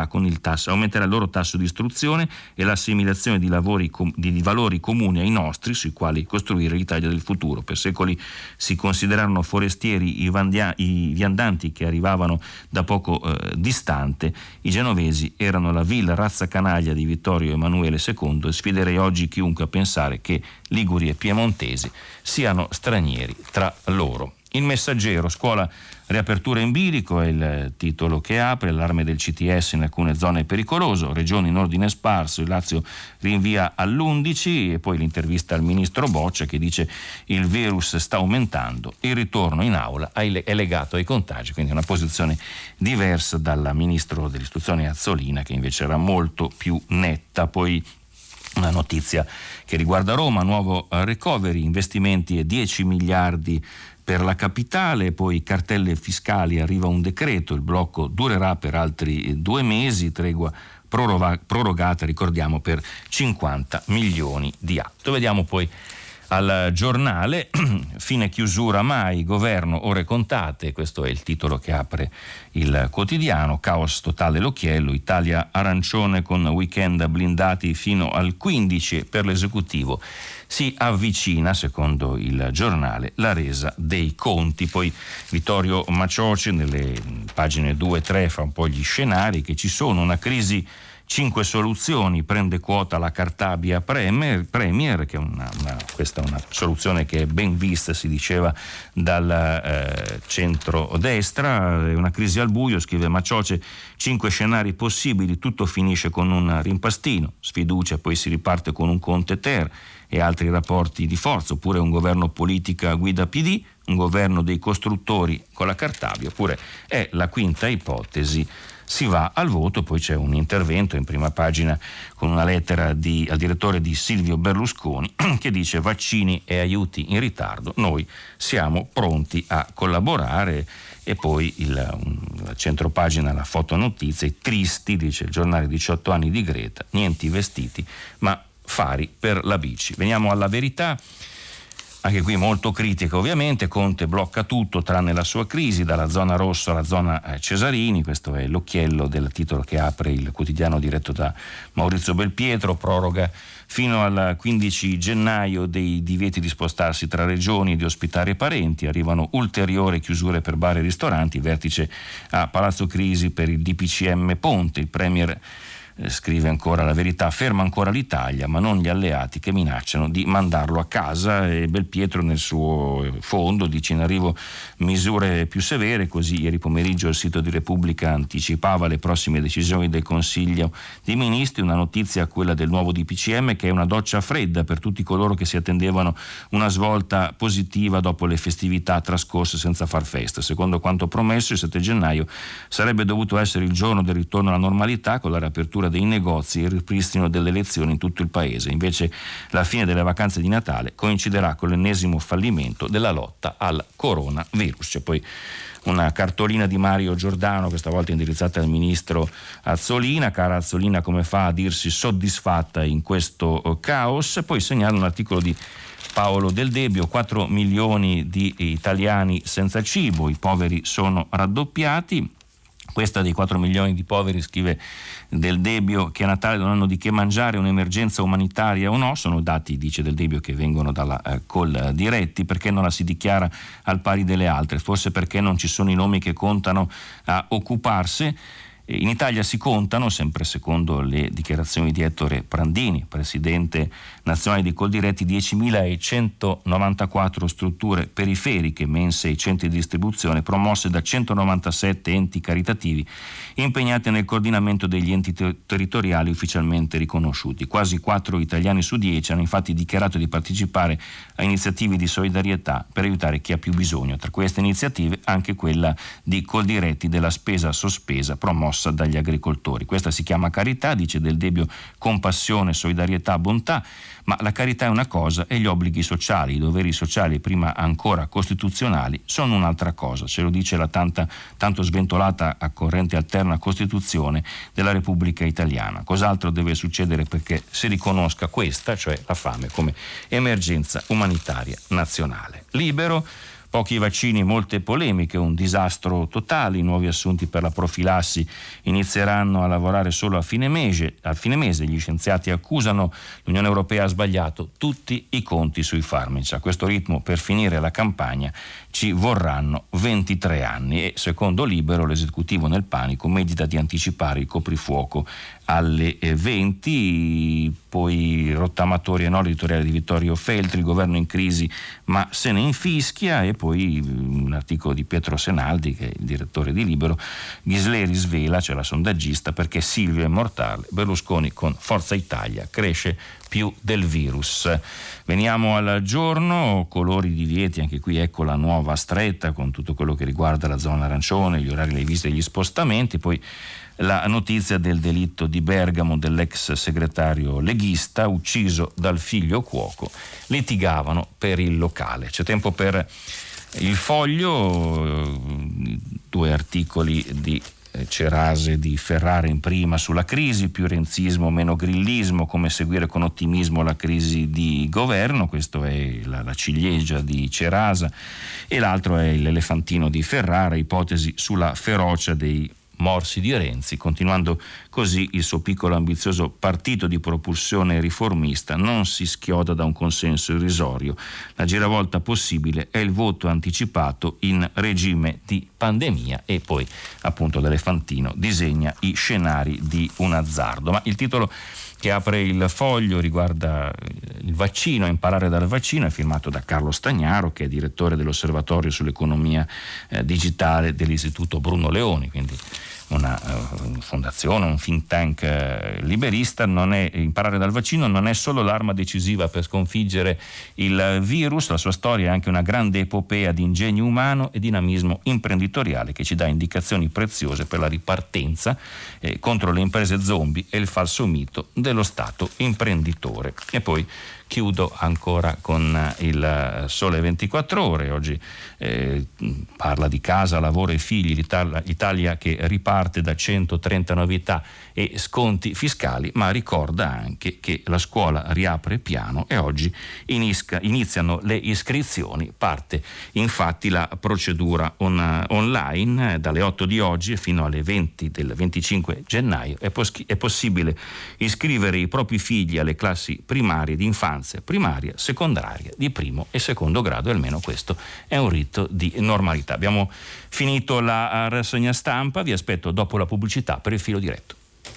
il loro tasso di istruzione e l'assimilazione di valori comuni ai nostri, sui quali costruire l'Italia del futuro. Per secoli si considerarono forestieri i viandanti che arrivavano da poco distante. I genovesi erano la vil razza canaglia di Vittorio Emanuele II e sfiderei oggi chiunque a pensare che liguri e piemontesi siano stranieri tra loro. Il Messaggero, scuola riapertura in bilico è il titolo che apre. Allarme del CTS in alcune zone è pericoloso, regioni in ordine sparso, il Lazio rinvia all'11 e poi l'intervista al ministro Boccia che dice il virus sta aumentando, il ritorno in aula è legato ai contagi, quindi una posizione diversa dal ministro dell'istruzione Azzolina, che invece era molto più netta. Poi una notizia che riguarda Roma, nuovo recovery, investimenti e 10 miliardi per la capitale, poi cartelle fiscali, arriva un decreto, il blocco durerà per altri 2 mesi, tregua prorogata, ricordiamo, per 50 milioni di atto. Vediamo poi al Giornale, fine chiusura mai, governo ore contate, questo è il titolo che apre il quotidiano, caos totale l'occhiello, Italia arancione con weekend blindati fino al 15 per l'esecutivo. Si avvicina, secondo il Giornale, la resa dei conti. Poi Vittorio Macioce nelle pagine 2 e 3 fa un po' gli scenari che ci sono, una crisi 5 soluzioni, prende quota la Cartabia Premier, che questa è una soluzione che è ben vista, si diceva, dal centro-destra. È una crisi al buio, scrive Macioce, 5 scenari possibili, tutto finisce con un rimpastino, sfiducia, poi si riparte con un Conte ter e altri rapporti di forza, oppure un governo politica guida PD, un governo dei costruttori con la Cartabia, oppure è la quinta ipotesi, si va al voto. Poi c'è un intervento in prima pagina con una lettera al direttore di Silvio Berlusconi che dice vaccini e aiuti in ritardo, noi siamo pronti a collaborare. E poi il centropagina, la fotonotizia, tristi, dice il Giornale, 18 anni di Greta, niente vestiti ma fari per la bici. Veniamo alla Verità. Anche qui molto critica ovviamente, Conte blocca tutto tranne la sua crisi, dalla zona rossa alla zona Cesarini, questo è l'occhiello del titolo che apre il quotidiano diretto da Maurizio Belpietro, proroga fino al 15 gennaio dei divieti di spostarsi tra regioni e di ospitare parenti, arrivano ulteriori chiusure per bar e ristoranti, vertice a Palazzo Crisi per il DPCM Ponte, il Premier scrive ancora La Verità, ferma ancora l'Italia ma non gli alleati che minacciano di mandarlo a casa, e Belpietro nel suo fondo dice in arrivo misure più severe, così ieri pomeriggio il sito di Repubblica anticipava le prossime decisioni del Consiglio dei Ministri, una notizia quella del nuovo DPCM che è una doccia fredda per tutti coloro che si attendevano una svolta positiva dopo le festività trascorse senza far festa. Secondo quanto promesso il 7 gennaio sarebbe dovuto essere il giorno del ritorno alla normalità con la riapertura dei negozi e il ripristino delle lezioni in tutto il paese. Invece la fine delle vacanze di Natale coinciderà con l'ennesimo fallimento della lotta al coronavirus. C'è poi una cartolina di Mario Giordano, questa volta indirizzata al ministro Azzolina. Cara Azzolina, come fa a dirsi soddisfatta in questo caos? Poi segnala un articolo di Paolo Del Debbio, 4 milioni di italiani senza cibo, i poveri sono raddoppiati. Questa dei 4 milioni di poveri, scrive Del Debbio, che a Natale non hanno di che mangiare, un'emergenza umanitaria o no? Sono dati, dice Del Debbio, che vengono dalla Coldiretti. Perché non la si dichiara al pari delle altre? Forse perché non ci sono i nomi che contano a occuparsi. In Italia si contano, sempre secondo le dichiarazioni di Ettore Prandini, presidente nazionale di Coldiretti, 10.194 strutture periferiche, mense e centri di distribuzione promosse da 197 enti caritativi impegnati nel coordinamento degli enti territoriali ufficialmente riconosciuti. Quasi 4 italiani su 10 hanno infatti dichiarato di partecipare a iniziative di solidarietà per aiutare chi ha più bisogno. Tra queste iniziative anche quella di Coldiretti della spesa sospesa promossa dagli agricoltori. Questa si chiama carità, dice Del Debbio, compassione, solidarietà, bontà, ma la carità è una cosa e gli obblighi sociali, i doveri sociali, prima ancora costituzionali, sono un'altra cosa. Ce lo dice la tanto sventolata a corrente alterna Costituzione della Repubblica Italiana. Cos'altro deve succedere perché si riconosca questa, cioè la fame, come emergenza umanitaria nazionale? Libero. Pochi vaccini, molte polemiche, un disastro totale. I nuovi assunti per la profilassi inizieranno a lavorare solo a fine mese. Gli scienziati accusano l'Unione Europea ha sbagliato tutti i conti sui farmaci. A questo ritmo, per finire la campagna, ci vorranno 23 anni. E secondo Libero, l'esecutivo nel panico medita di anticipare il coprifuoco alle 20. Poi rottamatoria no, l'editoriale di Vittorio Feltri, il governo in crisi ma se ne infischia. E poi un articolo di Pietro Senaldi, che è il direttore di Libero, Ghisleri svela, cioè la sondaggista, perché Silvio è mortale, Berlusconi con Forza Italia cresce più del virus. Veniamo al Giorno, colori divieti, anche qui ecco la nuova stretta con tutto quello che riguarda la zona arancione, gli orari, le visite e gli spostamenti. Poi la notizia del delitto di Bergamo dell'ex segretario leghista ucciso dal figlio cuoco, litigavano per il locale. C'è tempo per il Foglio, 2 articoli di Cerase di Ferrara in prima sulla crisi, più renzismo, meno grillismo, come seguire con ottimismo la crisi di governo. Questo è la ciliegia di Cerasa, e l'altro è l'elefantino di Ferrara, ipotesi sulla ferocia dei morsi di Renzi. Continuando così, il suo piccolo ambizioso partito di propulsione riformista non si schioda da un consenso irrisorio. La giravolta possibile è il voto anticipato in regime di pandemia. E poi appunto l'elefantino disegna i scenari di un azzardo. Ma il titolo che apre il Foglio riguarda il vaccino, imparare dal vaccino, è firmato da Carlo Stagnaro, che è direttore dell'Osservatorio sull'economia digitale dell'Istituto Bruno Leoni, quindi una fondazione, un think tank liberista. Imparare dal vaccino non è solo l'arma decisiva per sconfiggere il virus, la sua storia è anche una grande epopea di ingegno umano e dinamismo imprenditoriale che ci dà indicazioni preziose per la ripartenza contro le imprese zombie e il falso mito dello Stato imprenditore. E poi chiudo ancora con il Sole 24 Ore. Oggi parla di casa, lavoro e figli, l'Italia che riparte da 130 novità e sconti fiscali, ma ricorda anche che la scuola riapre piano e oggi iniziano le iscrizioni. Parte infatti la procedura online dalle 8 di oggi fino alle 20 del 25 gennaio. È possibile iscrivere i propri figli alle classi primarie di infanzia, primaria, secondaria, di primo e secondo grado, e almeno questo è un rito di normalità. Abbiamo finito la rassegna stampa, vi aspetto dopo la pubblicità per il filo diretto.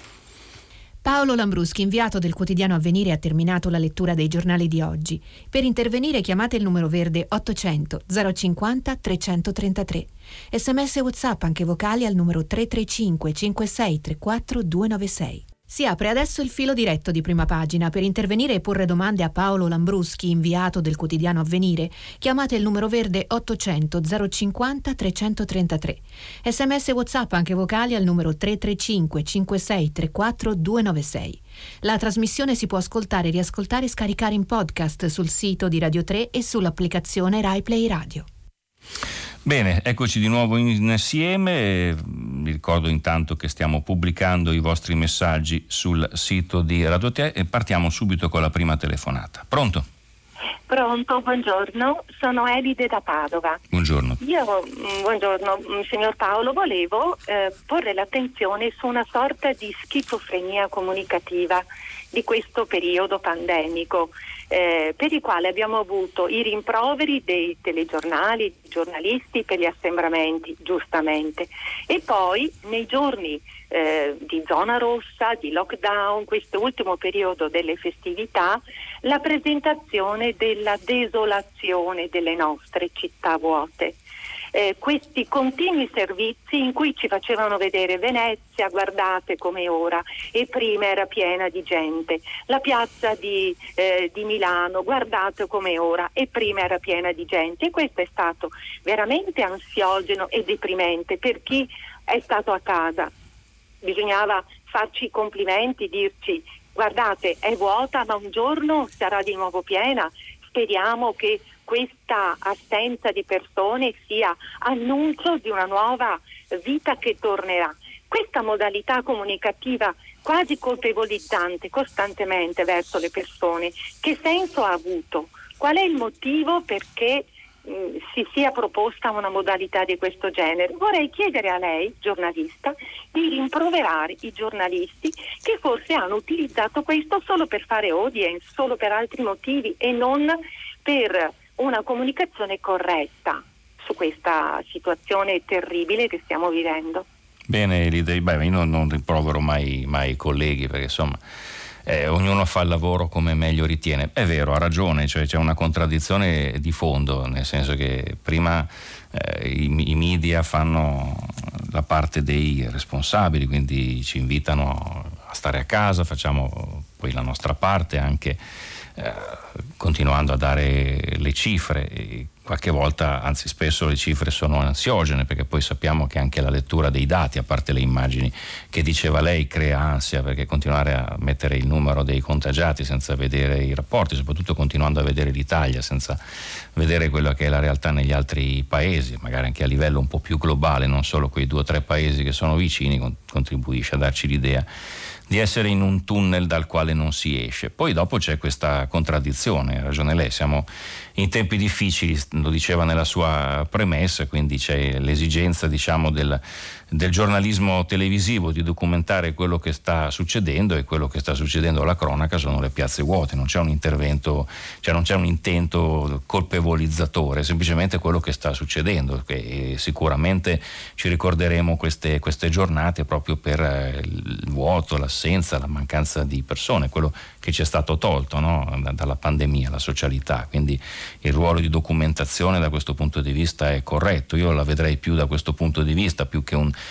Paolo Lambruschi, inviato del quotidiano Avvenire, ha terminato la lettura dei giornali di oggi. Per intervenire chiamate il numero verde 800 050 333. SMS WhatsApp anche vocali al numero 335 56 34 296. Si apre adesso il filo diretto di Prima Pagina. Per intervenire e porre domande a Paolo Lambruschi, inviato del quotidiano Avvenire, chiamate il numero verde 800 050 333. SMS WhatsApp anche vocali al numero 335 56 34 296. La trasmissione si può ascoltare, riascoltare e scaricare in podcast sul sito di Radio 3 e sull'applicazione Rai Play Radio. Bene, eccoci di nuovo insieme. Vi ricordo intanto che stiamo pubblicando i vostri messaggi sul sito di Radio 3 e partiamo subito con la prima telefonata. Pronto? Pronto, buongiorno, sono Elide da Padova. Buongiorno. Buongiorno, signor Paolo, volevo porre l'attenzione su una sorta di schizofrenia comunicativa di questo periodo pandemico, per il quale abbiamo avuto i rimproveri dei telegiornali, giornalisti per gli assembramenti, giustamente, e poi nei giorni di zona rossa, di lockdown, questo ultimo periodo delle festività, la presentazione della desolazione delle nostre città vuote. Questi continui servizi in cui ci facevano vedere Venezia, guardate come ora, e prima era piena di gente, la piazza di Milano, guardate come ora, e prima era piena di gente, e questo è stato veramente ansiogeno e deprimente per chi è stato a casa. Bisognava farci i complimenti, dirci guardate è vuota ma un giorno sarà di nuovo piena, speriamo che questa assenza di persone sia annuncio di una nuova vita che tornerà. Questa modalità comunicativa quasi colpevolizzante costantemente verso le persone, che senso ha avuto? Qual è il motivo perché si sia proposta una modalità di questo genere? Vorrei chiedere a lei, giornalista, di rimproverare i giornalisti che forse hanno utilizzato questo solo per fare audience, solo per altri motivi e non per una comunicazione corretta su questa situazione terribile che stiamo vivendo. Bene, io non rimprovero mai i colleghi, perché insomma ognuno fa il lavoro come meglio ritiene. È vero, ha ragione, cioè c'è una contraddizione di fondo, nel senso che prima i media fanno la parte dei responsabili, quindi ci invitano a stare a casa, facciamo poi la nostra parte anche continuando a dare le cifre. E qualche volta, anzi spesso, le cifre sono ansiogene, perché poi sappiamo che anche la lettura dei dati, a parte le immagini che diceva lei, crea ansia, perché continuare a mettere il numero dei contagiati senza vedere i rapporti, soprattutto continuando a vedere l'Italia senza vedere quella che è la realtà negli altri paesi, magari anche a livello un po' più globale, non solo quei 2 o 3 paesi che sono vicini, contribuisce a darci l'idea di essere in un tunnel dal quale non si esce. Poi dopo c'è questa contraddizione, ha ragione lei, siamo in tempi difficili, lo diceva nella sua premessa, quindi c'è l'esigenza, diciamo, del giornalismo televisivo di documentare quello che sta succedendo, e quello che sta succedendo alla cronaca sono le piazze vuote, non c'è un intervento, cioè non c'è un intento colpevolizzatore, semplicemente quello che sta succedendo, che sicuramente ci ricorderemo queste giornate proprio per il vuoto, l'assenza, la mancanza di persone, quello che ci è stato tolto, no? Dalla pandemia, la socialità. Quindi il ruolo di documentazione da questo punto di vista è corretto, io la vedrei più da questo punto di vista, più che un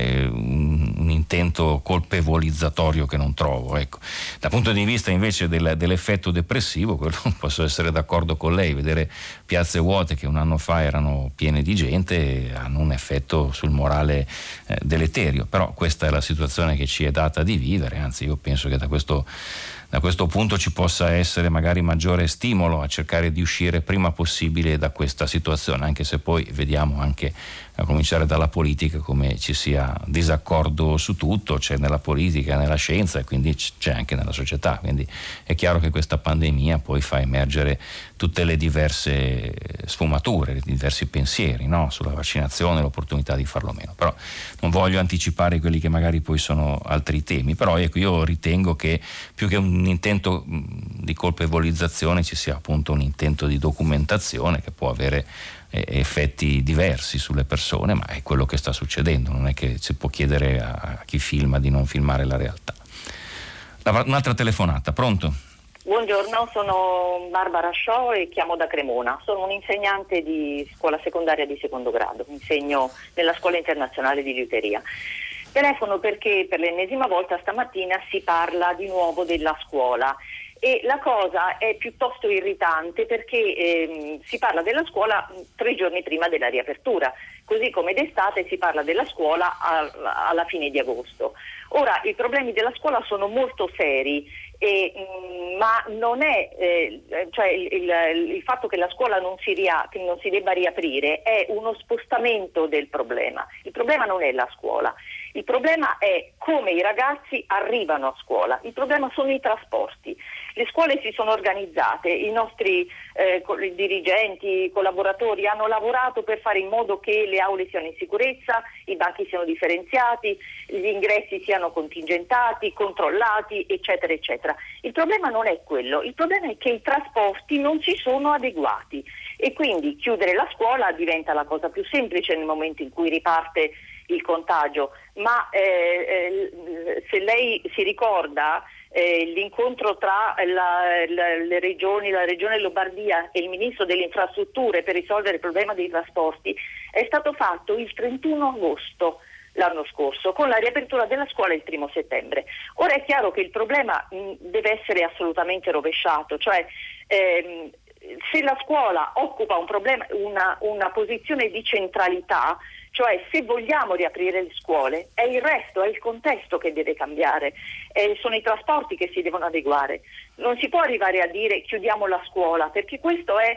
intento colpevolizzatorio che non trovo, ecco. Dal punto di vista invece dell'effetto depressivo, quello posso essere d'accordo con lei, vedere piazze vuote che un anno fa erano piene di gente hanno un effetto sul morale deleterio, però questa è la situazione che ci è data di vivere, anzi io penso che da questo da questo punto ci possa essere magari maggiore stimolo a cercare di uscire prima possibile da questa situazione, anche se poi vediamo anche, a cominciare dalla politica, come ci sia disaccordo su tutto, c'è nella politica, nella scienza e quindi c'è anche nella società, quindi è chiaro che questa pandemia poi fa emergere tutte le diverse sfumature, i diversi pensieri, no? Sulla vaccinazione, l'opportunità di farlo meno, però non voglio anticipare quelli che magari poi sono altri temi, però ecco, io ritengo che più che un intento di colpevolizzazione ci sia appunto un intento di documentazione che può avere effetti diversi sulle persone, ma è quello che sta succedendo, non è che si può chiedere a chi filma di non filmare la realtà. Un'altra telefonata, pronto? Buongiorno, sono Barbara Sciò e chiamo da Cremona. Sono un'insegnante di scuola secondaria di secondo grado, insegno nella scuola internazionale di liuteria. Telefono perché per l'ennesima volta stamattina si parla di nuovo della scuola. E la cosa è piuttosto irritante perché si parla della scuola 3 giorni prima della riapertura, così come d'estate si parla della scuola alla fine di agosto. Ora, i problemi della scuola sono molto seri, ma non è cioè il fatto che la scuola non si debba riaprire è uno spostamento del problema. Il problema non è la scuola, il problema è come i ragazzi arrivano a scuola, il problema sono i trasporti. Le scuole si sono organizzate, i nostri dirigenti, i collaboratori hanno lavorato per fare in modo che le aule siano in sicurezza, i banchi siano differenziati, gli ingressi siano contingentati, controllati, eccetera, eccetera. Il problema non è quello, il problema è che i trasporti non si sono adeguati e quindi chiudere la scuola diventa la cosa più semplice nel momento in cui riparte il contagio, ma se lei si ricorda l'incontro tra le regioni, la regione Lombardia e il ministro delle infrastrutture per risolvere il problema dei trasporti è stato fatto il 31 agosto l'anno scorso, con la riapertura della scuola il 1° settembre. Ora è chiaro che il problema deve essere assolutamente rovesciato, cioè se la scuola occupa una posizione di centralità, cioè se vogliamo riaprire le scuole è il resto, è il contesto che deve cambiare, sono i trasporti che si devono adeguare. Non si può arrivare a dire chiudiamo la scuola, perché questo è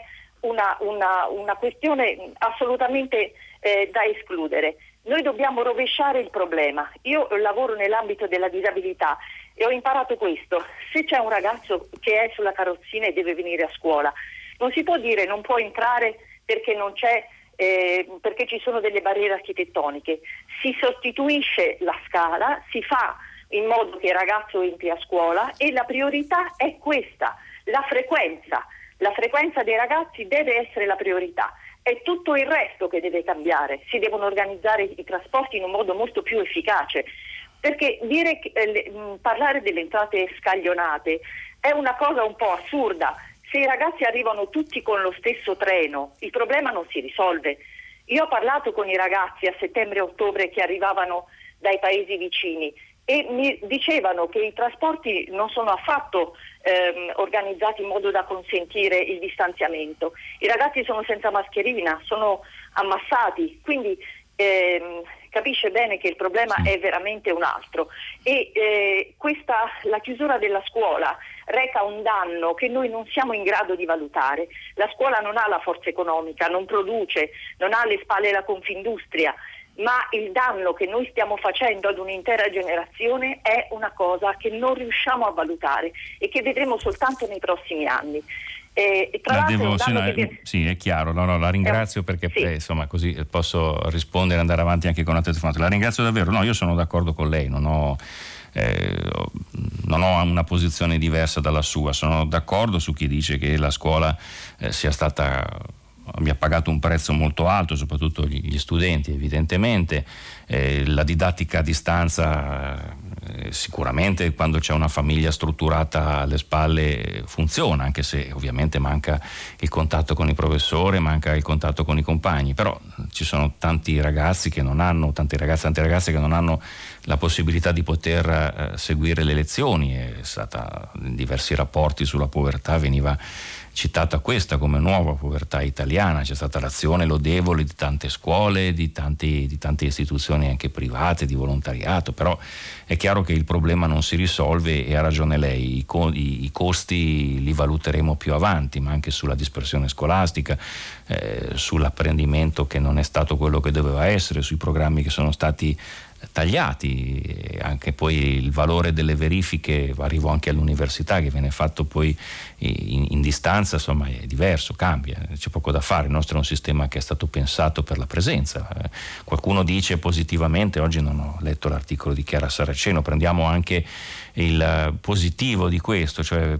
una questione assolutamente da escludere. Noi dobbiamo rovesciare il problema. Io lavoro nell'ambito della disabilità e ho imparato questo: se c'è un ragazzo che è sulla carrozzina e deve venire a scuola, non si può dire non può entrare perché non c'è perché ci sono delle barriere architettoniche. Si sostituisce la scala, si fa in modo che il ragazzo entri a scuola e la priorità è questa, la frequenza dei ragazzi deve essere la priorità. È tutto il resto che deve cambiare, si devono organizzare i trasporti in un modo molto più efficace, perché parlare delle entrate scaglionate è una cosa un po' assurda. Se i ragazzi arrivano tutti con lo stesso treno, il problema non si risolve. Io ho parlato con i ragazzi a settembre-ottobre che arrivavano dai paesi vicini e mi dicevano che i trasporti non sono affatto organizzati in modo da consentire il distanziamento. I ragazzi sono senza mascherina, sono ammassati, quindi capisce bene che il problema è veramente un altro e la chiusura della scuola reca un danno che noi non siamo in grado di valutare. La scuola non ha la forza economica, non produce, non ha alle spalle la Confindustria, ma il danno che noi stiamo facendo ad un'intera generazione è una cosa che non riusciamo a valutare e che vedremo soltanto nei prossimi anni. Sì, è chiaro, la ringrazio perché insomma così posso rispondere e andare avanti anche con altre telefonate. La ringrazio davvero, io sono d'accordo con lei, non ho una posizione diversa dalla sua, sono d'accordo su chi dice che la scuola abbia pagato un prezzo molto alto, soprattutto gli studenti evidentemente, la didattica a distanza sicuramente quando c'è una famiglia strutturata alle spalle funziona, anche se ovviamente manca il contatto con il professore, manca il contatto con i compagni, però ci sono tanti ragazzi che non hanno, tante ragazze che non hanno la possibilità di poter seguire le lezioni. È stata in diversi rapporti sulla povertà veniva citata questa come nuova povertà italiana, c'è stata l'azione lodevole di tante scuole, di tante istituzioni anche private, di volontariato, però è chiaro chiaro che il problema non si risolve, e ha ragione lei, i costi li valuteremo più avanti, ma anche sulla dispersione scolastica, sull'apprendimento che non è stato quello che doveva essere, sui programmi che sono stati tagliati, anche poi il valore delle verifiche, arrivo anche all'università, che viene fatto poi in distanza, insomma è diverso, cambia, c'è poco da fare. Il nostro è un sistema che è stato pensato per la presenza. Qualcuno dice positivamente, oggi non ho letto l'articolo di Chiara Saraceno, prendiamo anche il positivo di questo, cioè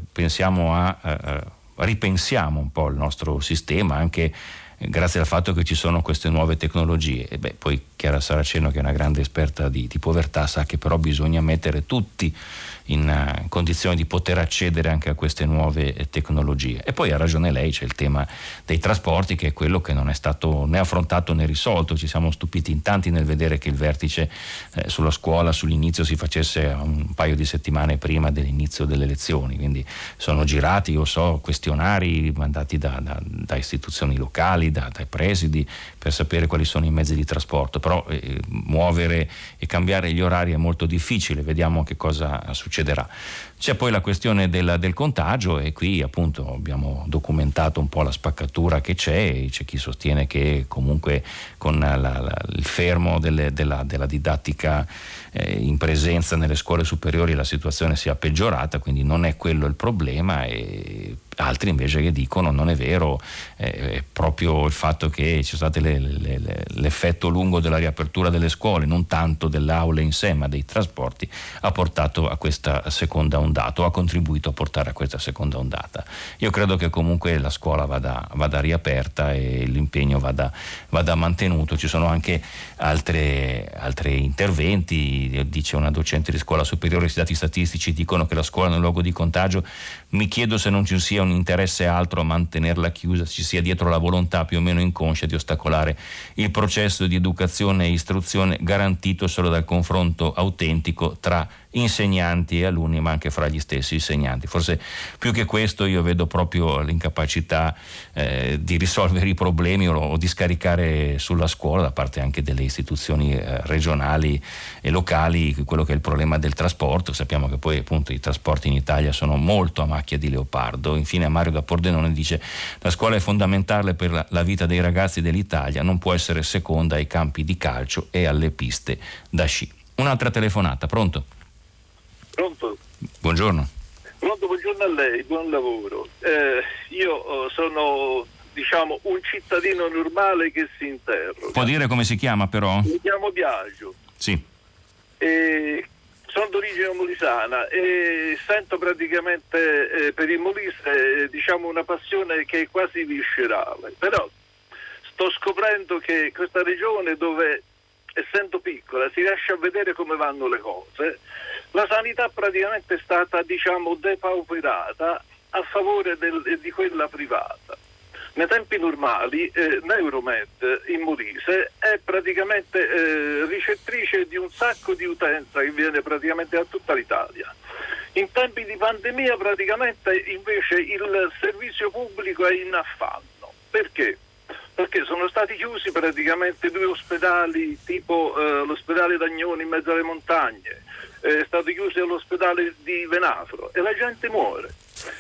ripensiamo un po' il nostro sistema anche grazie al fatto che ci sono queste nuove tecnologie. E poi Chiara Saraceno, che è una grande esperta di povertà, sa che però bisogna mettere tutti in condizione di poter accedere anche a queste nuove tecnologie. E poi ha ragione lei, c'è il tema dei trasporti, che è quello che non è stato né affrontato né risolto. Ci siamo stupiti in tanti nel vedere che il vertice sulla scuola sull'inizio si facesse un paio di settimane prima dell'inizio delle lezioni, quindi sono girati, io so, questionari mandati da istituzioni locali, dai presidi, per sapere quali sono i mezzi di trasporto, però muovere e cambiare gli orari è molto difficile, vediamo che cosa succederà. C'è poi la questione del contagio, e qui appunto abbiamo documentato un po' la spaccatura che c'è chi sostiene che comunque con il fermo della didattica in presenza nelle scuole superiori la situazione sia peggiorata, quindi non è quello il problema, e altri invece che dicono non è vero, è proprio il fatto che c'è stato l'effetto lungo della riapertura delle scuole, non tanto delle aule in sé ma dei trasporti, ha portato a questa seconda ondata, o ha contribuito a portare a questa seconda ondata. Io credo che comunque la scuola vada riaperta e l'impegno vada mantenuto. Ci sono anche altri interventi, dice una docente di scuola superiore, i dati statistici dicono che la scuola è un luogo di contagio. Mi chiedo se non ci sia un interesse altro a mantenerla chiusa, ci sia dietro la volontà più o meno inconscia di ostacolare il processo di educazione e istruzione garantito solo dal confronto autentico tra insegnanti e alunni, ma anche fra gli stessi insegnanti. Forse più che questo io vedo proprio l'incapacità di risolvere i problemi o di scaricare sulla scuola, da parte anche delle istituzioni regionali e locali, quello che è il problema del trasporto. Sappiamo che poi appunto i trasporti in Italia sono molto a macchia di leopardo. Infine Mario da Pordenone dice: la scuola è fondamentale per la vita dei ragazzi dell'Italia, non può essere seconda ai campi di calcio e alle piste da sci. Un'altra telefonata, pronto? Pronto? Buongiorno. Pronto, buongiorno a lei, buon lavoro. Io sono, diciamo, un cittadino normale che si interroga. Può dire come si chiama però? Mi chiamo Biagio. Sì. Sono d'origine molisana e sento praticamente per il Molise diciamo una passione che è quasi viscerale, però sto scoprendo che questa regione, dove essendo piccola si riesce a vedere come vanno le cose, la sanità praticamente è stata diciamo depauperata a favore di quella privata. Nei tempi normali Neuromed in Molise è praticamente ricettrice di un sacco di utenza che viene praticamente da tutta l'Italia. In tempi di pandemia praticamente invece il servizio pubblico è in affanno. Perché? Perché sono stati chiusi praticamente 2 ospedali, tipo l'ospedale d'Agnone in mezzo alle montagne, è stato chiuso l'ospedale di Venafro e la gente muore.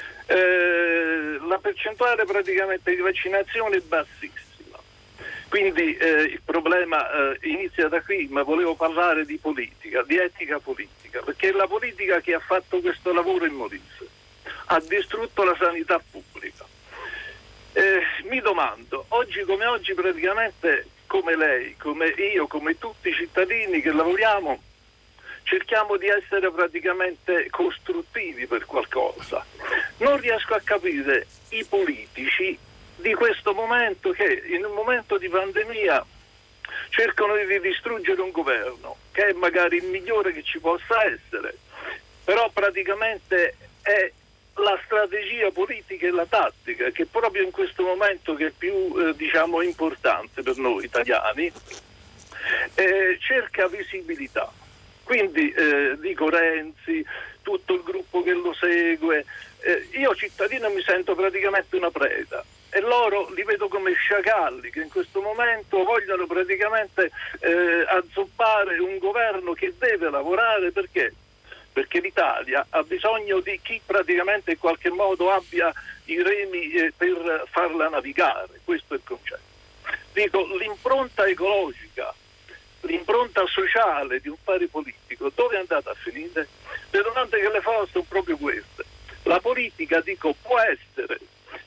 La percentuale praticamente di vaccinazione è bassissima, quindi il problema inizia da qui, ma volevo parlare di politica, di etica politica, perché è la politica che ha fatto questo lavoro in Molise, ha distrutto la sanità pubblica. Mi domando, oggi come oggi praticamente, come lei, come io, come tutti i cittadini che lavoriamo, cerchiamo di essere praticamente costruttivi per qualcosa. Non riesco a capire i politici di questo momento che in un momento di pandemia cercano di distruggere un governo che è magari il migliore che ci possa essere, però praticamente è la strategia politica e la tattica che proprio in questo momento, che è più diciamo importante per noi italiani, cerca visibilità. Quindi dico Renzi, tutto il gruppo che lo segue, io cittadino mi sento praticamente una preda e loro li vedo come sciacalli che in questo momento vogliono praticamente azzoppare un governo che deve lavorare. Perché? perché l'Italia ha bisogno di chi praticamente in qualche modo abbia i remi per farla navigare, questo è il concetto. Dico, l'impronta ecologica, l'impronta sociale di un fare politico, dove è andata a finire? Le domande che le fa sono proprio queste. La politica, dico, può essere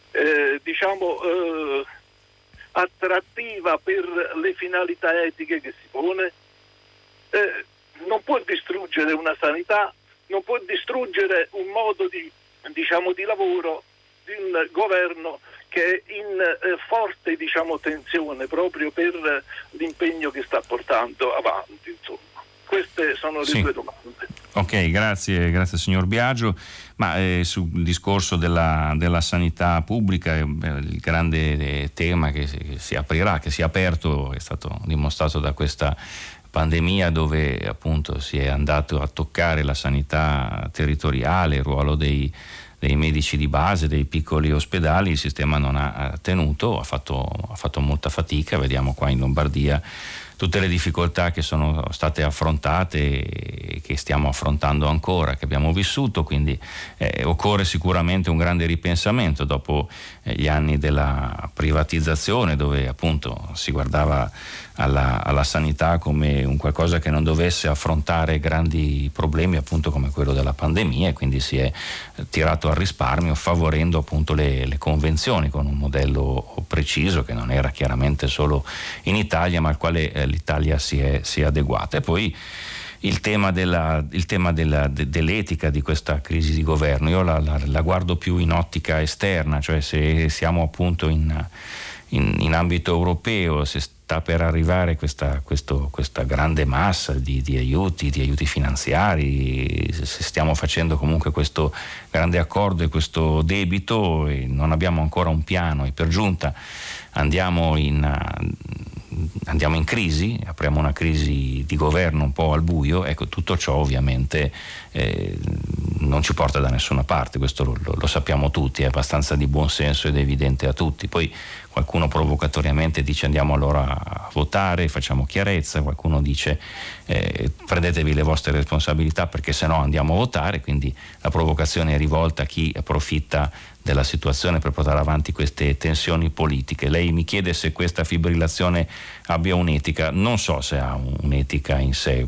attrattiva per le finalità etiche che si pone, non può distruggere una sanità, non può distruggere un modo di lavoro di un governo che è in forte tensione proprio per l'impegno che sta portando avanti, insomma. Queste sono le due domande. Ok, grazie signor Biagio. Ma sul discorso della sanità pubblica, il grande tema che si aprirà, che si è aperto, è stato dimostrato da questa pandemia, dove appunto si è andato a toccare la sanità territoriale, il ruolo dei medici di base, dei piccoli ospedali. Il sistema non ha tenuto, ha fatto molta fatica. Vediamo qua in Lombardia tutte le difficoltà che sono state affrontate e che stiamo affrontando ancora, che abbiamo vissuto, quindi occorre sicuramente un grande ripensamento dopo gli anni della privatizzazione, dove appunto si guardava alla sanità come un qualcosa che non dovesse affrontare grandi problemi, appunto come quello della pandemia, e quindi si è tirato al risparmio favorendo appunto le convenzioni con un modello preciso che non era chiaramente solo in Italia, ma al quale l'Italia si è adeguata. E poi il tema dell'etica di questa crisi di governo, io la guardo più in ottica esterna, cioè se siamo appunto in ambito europeo, se sta per arrivare questa grande massa di aiuti finanziari, se stiamo facendo comunque questo grande accordo e questo debito e non abbiamo ancora un piano, e per giunta andiamo in crisi, apriamo una crisi di governo un po' al buio, ecco, tutto ciò ovviamente non ci porta da nessuna parte, questo lo sappiamo tutti, è abbastanza di buon senso ed evidente a tutti. Poi qualcuno provocatoriamente dice andiamo allora a votare, facciamo chiarezza, qualcuno dice prendetevi le vostre responsabilità perché sennò andiamo a votare, quindi la provocazione è rivolta a chi approfitta della situazione per portare avanti queste tensioni politiche. Lei mi chiede se questa fibrillazione abbia un'etica, non so se ha un'etica in sé,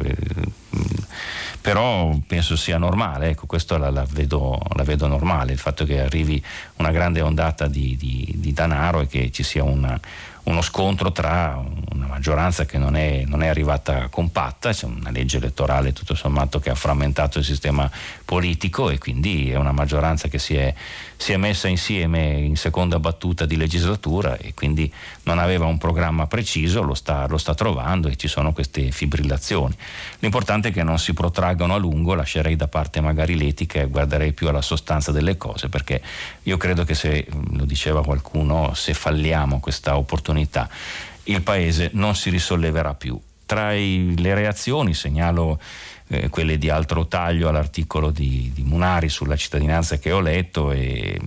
però penso sia normale, ecco, questo la vedo normale, il fatto che arrivi una grande ondata di denaro e che ci sia uno scontro tra una maggioranza che non è arrivata compatta, c'è una legge elettorale tutto sommato che ha frammentato il sistema politico, e quindi è una maggioranza che si è messa insieme in seconda battuta di legislatura e quindi non aveva un programma preciso, lo sta trovando, e ci sono queste fibrillazioni. L'importante è che non si protraggano a lungo, lascerei da parte magari l'etica e guarderei più alla sostanza delle cose, perché io credo che, se lo diceva qualcuno, se falliamo questa opportunità il Paese non si risolleverà più. Tra le reazioni segnalo quelle di altro taglio all'articolo di Munari sulla cittadinanza che ho letto, e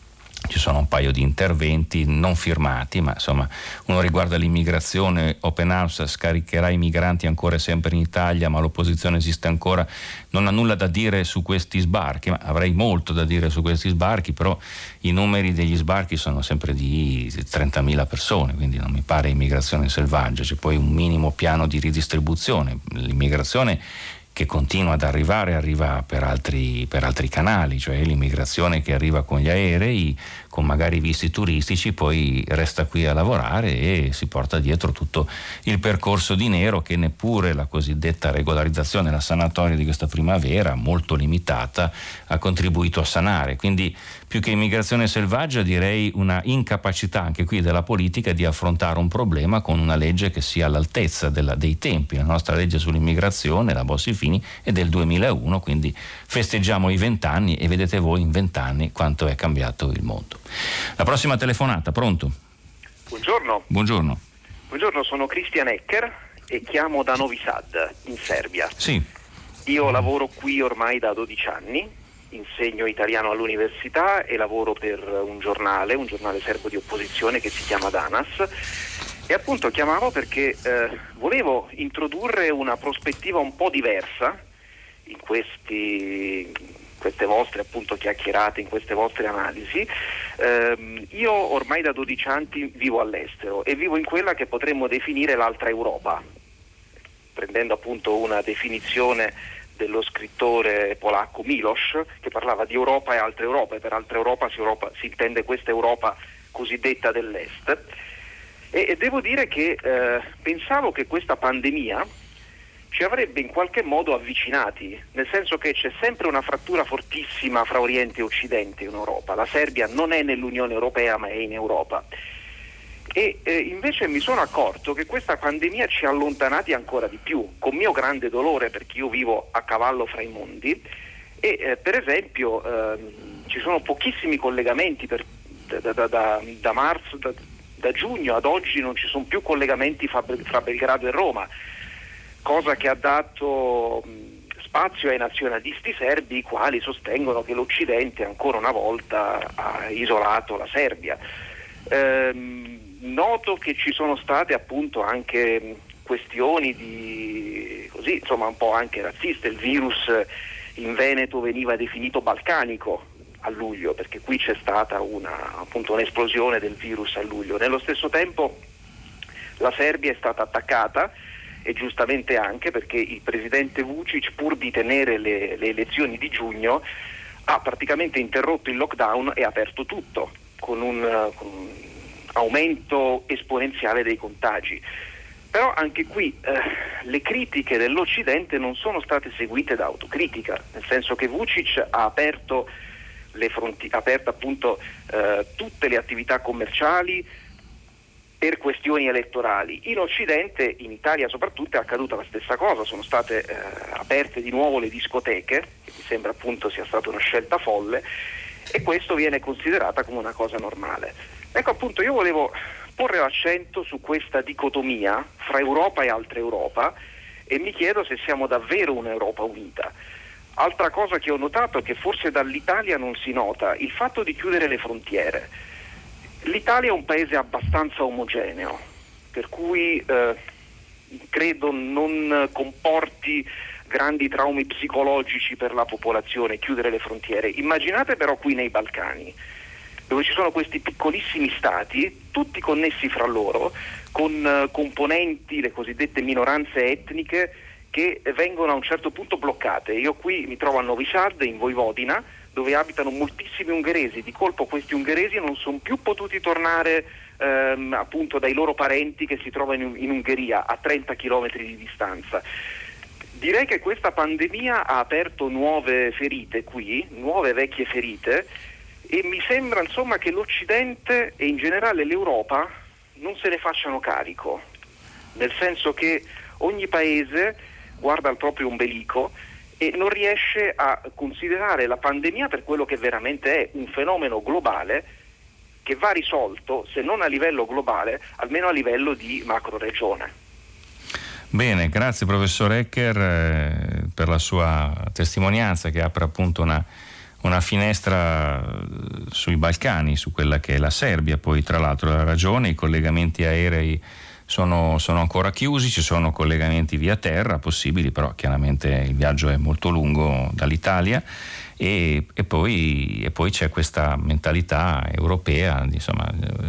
ci sono un paio di interventi non firmati, ma insomma uno riguarda l'immigrazione. Open House scaricherà i migranti ancora e sempre in Italia, ma l'opposizione esiste ancora, non ha nulla da dire su questi sbarchi. Ma avrei molto da dire su questi sbarchi, però i numeri degli sbarchi sono sempre di 30.000 persone, quindi non mi pare immigrazione selvaggia. C'è poi un minimo piano di ridistribuzione. L'immigrazione che continua ad arriva per altri canali, cioè l'immigrazione che arriva con gli aerei, con magari visti turistici, poi resta qui a lavorare e si porta dietro tutto il percorso di nero che neppure la cosiddetta regolarizzazione, la sanatoria di questa primavera, molto limitata, ha contribuito a sanare. Quindi più che immigrazione selvaggia direi una incapacità anche qui della politica di affrontare un problema con una legge che sia all'altezza dei tempi. La nostra legge sull'immigrazione, la Bossi-Fini, è del 2001, quindi festeggiamo i 20 anni e vedete voi in 20 anni quanto è cambiato il mondo. La prossima telefonata, pronto? Buongiorno. Buongiorno. Buongiorno, sono Christian Ecker e chiamo da Novi Sad, in Serbia. Sì. Io lavoro qui ormai da 12 anni, insegno italiano all'università e lavoro per un giornale serbo di opposizione che si chiama Danas, e appunto chiamavo perché volevo introdurre una prospettiva un po' diversa in queste vostre appunto chiacchierate, in queste vostre analisi. Io ormai da 12 anni vivo all'estero e vivo in quella che potremmo definire l'altra Europa, prendendo appunto una definizione dello scrittore polacco Milosz, che parlava di Europa e altre Europe. Per altra Europa si intende questa Europa cosiddetta dell'Est. E devo dire che pensavo che questa pandemia ci avrebbe in qualche modo avvicinati, nel senso che c'è sempre una frattura fortissima fra Oriente e Occidente in Europa. La Serbia non è nell'Unione Europea ma è in Europa. E invece mi sono accorto che questa pandemia ci ha allontanati ancora di più, con mio grande dolore, perché io vivo a cavallo fra i mondi e per esempio ci sono pochissimi collegamenti da marzo, da giugno ad oggi non ci sono più collegamenti fra Belgrado e Roma, cosa che ha dato spazio ai nazionalisti serbi, i quali sostengono che l'Occidente ancora una volta ha isolato la Serbia. Noto che ci sono state appunto anche questioni di così, insomma, un po' anche razziste. Il virus in Veneto veniva definito balcanico a luglio, perché qui c'è stata un'esplosione del virus a luglio. Nello stesso tempo la Serbia è stata attaccata, e giustamente anche, perché il presidente Vučić, pur di tenere le elezioni di giugno, ha praticamente interrotto il lockdown e ha aperto tutto con un aumento esponenziale dei contagi. Però anche qui le critiche dell'Occidente non sono state seguite da autocritica, nel senso che Vučić ha aperto appunto tutte le attività commerciali per questioni elettorali. In Occidente, in Italia soprattutto, è accaduta la stessa cosa, sono state aperte di nuovo le discoteche, che mi sembra appunto sia stata una scelta folle, e questo viene considerata come una cosa normale. Ecco, appunto, io volevo porre l'accento su questa dicotomia fra Europa e altra Europa e mi chiedo se siamo davvero un'Europa unita. Altra cosa che ho notato è che forse dall'Italia non si nota il fatto di chiudere le frontiere. L'Italia è un paese abbastanza omogeneo, per cui credo non comporti grandi traumi psicologici per la popolazione chiudere le frontiere. Immaginate però qui nei Balcani, dove ci sono questi piccolissimi stati, tutti connessi fra loro, con componenti, le cosiddette minoranze etniche, che vengono a un certo punto bloccate. Io qui mi trovo a Novi Sad, in Vojvodina, dove abitano moltissimi ungheresi. Di colpo questi ungheresi non sono più potuti tornare appunto dai loro parenti che si trovano in Ungheria, a 30 chilometri di distanza. Direi che questa pandemia ha aperto nuove ferite qui, nuove vecchie ferite, e mi sembra insomma che l'Occidente e in generale l'Europa non se ne facciano carico, nel senso che ogni paese guarda al proprio ombelico e non riesce a considerare la pandemia per quello che veramente è, un fenomeno globale che va risolto, se non a livello globale, almeno a livello di macroregione. Bene, grazie professor Ecker per la sua testimonianza, che apre appunto una finestra sui Balcani, su quella che è la Serbia. Poi tra l'altro ha ragione, i collegamenti aerei sono ancora chiusi, ci sono collegamenti via terra possibili, però chiaramente il viaggio è molto lungo dall'Italia e poi c'è questa mentalità europea, insomma.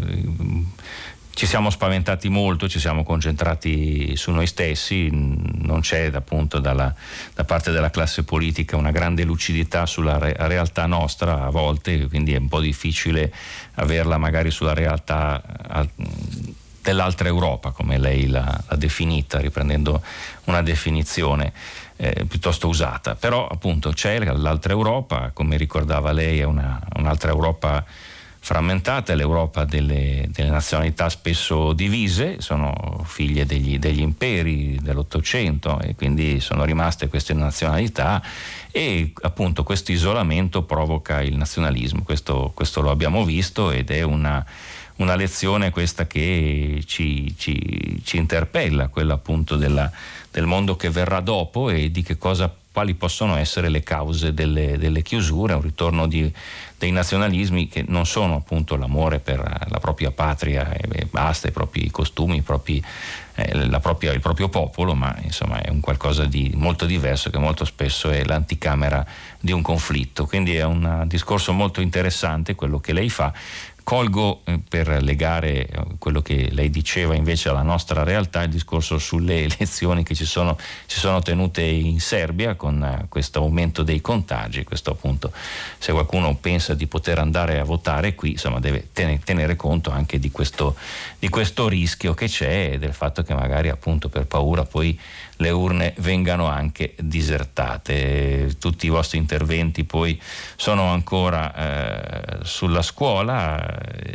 Ci siamo spaventati molto, ci siamo concentrati su noi stessi, non c'è appunto da parte della classe politica una grande lucidità sulla realtà nostra a volte, quindi è un po' difficile averla magari sulla realtà dell'altra Europa, come lei l'ha definita, riprendendo una definizione piuttosto usata. Però appunto c'è l'altra Europa, come ricordava lei, è un'altra Europa frammentata, è l'Europa delle nazionalità spesso divise, sono figlie degli imperi dell'Ottocento e quindi sono rimaste queste nazionalità, e appunto questo isolamento provoca il nazionalismo, questo lo abbiamo visto, ed è una lezione questa che ci interpella, quella appunto del mondo che verrà dopo e di che cosa quali possono essere le cause delle chiusure, un ritorno dei nazionalismi che non sono appunto l'amore per la propria patria e basta, i propri costumi, il proprio popolo, ma insomma è un qualcosa di molto diverso che molto spesso è l'anticamera di un conflitto. Quindi è un discorso molto interessante quello che lei fa. Colgo per legare quello che lei diceva invece alla nostra realtà il discorso sulle elezioni che si sono tenute in Serbia con questo aumento dei contagi. Questo appunto, se qualcuno pensa di poter andare a votare qui, insomma deve tenere conto anche di questo rischio che c'è e del fatto che magari appunto per paura poi le urne vengano anche disertate. Tutti i vostri interventi poi sono ancora sulla scuola.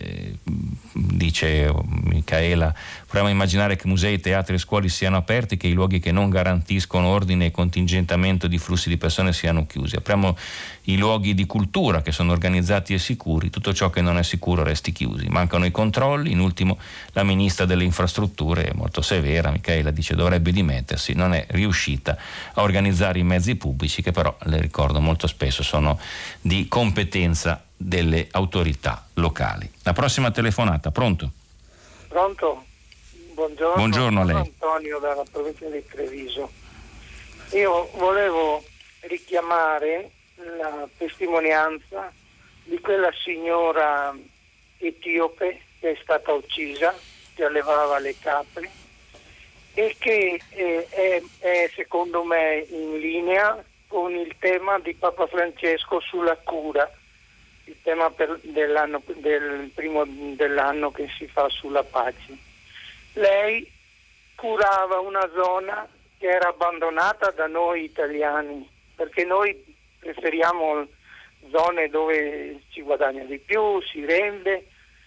Dice Michaela, proviamo a immaginare che musei, teatri e scuole siano aperti, che i luoghi che non garantiscono ordine e contingentamento di flussi di persone siano chiusi. Apriamo i luoghi di cultura che sono organizzati e sicuri, tutto ciò che non è sicuro resti chiusi. Mancano i controlli. In ultimo la ministra delle infrastrutture è molto severa, Michaela dice dovrebbe dimettersi, non è riuscita a organizzare i mezzi pubblici che però, le ricordo, molto spesso sono di competenza delle autorità locali. La prossima telefonata, pronto? Pronto? Buongiorno. Buongiorno a lei. Antonio dalla provincia di Treviso. Io volevo richiamare la testimonianza di quella signora etiope che è stata uccisa, che allevava le capre e che è secondo me in linea con il tema di Papa Francesco sulla cura, il tema del primo dell'anno che si fa sulla pace. Lei curava una zona che era abbandonata da noi italiani, perché noi preferiamo zone dove si guadagna di più, si rende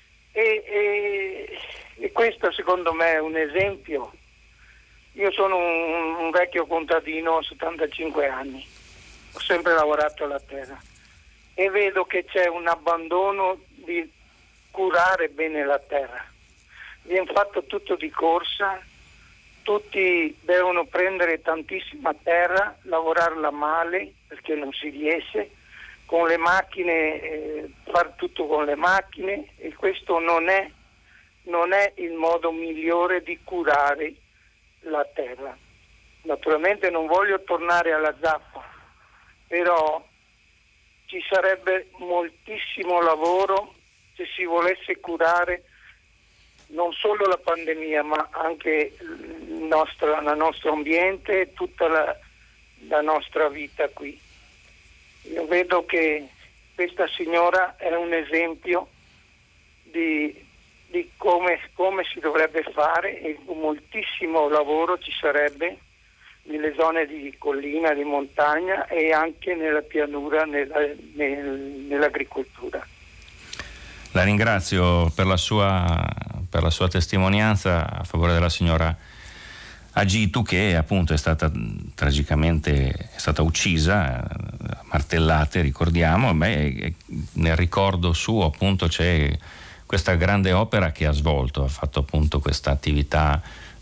e questo secondo me è un esempio. Io sono un vecchio contadino, ho 75 anni, ho sempre lavorato alla terra e vedo che c'è un abbandono di curare bene la terra. Viene fatto tutto di corsa, tutti devono prendere tantissima terra, lavorarla male perché non si riesce, con le macchine, far tutto con le macchine e questo non è il modo migliore di curare la terra. Naturalmente non voglio tornare alla zappa, però ci sarebbe moltissimo lavoro se si volesse curare non solo la pandemia ma anche il nostro ambiente e tutta la nostra vita qui. Io vedo che questa signora è un esempio di come si dovrebbe fare e moltissimo lavoro ci sarebbe nelle zone di collina, di montagna e anche nella pianura, nell'agricoltura. La ringrazio per la sua testimonianza a favore della signora Agitu, che appunto è stata tragicamente uccisa, martellate, ricordiamo. Nel ricordo suo appunto c'è questa grande opera che ha svolto, ha fatto appunto questa attività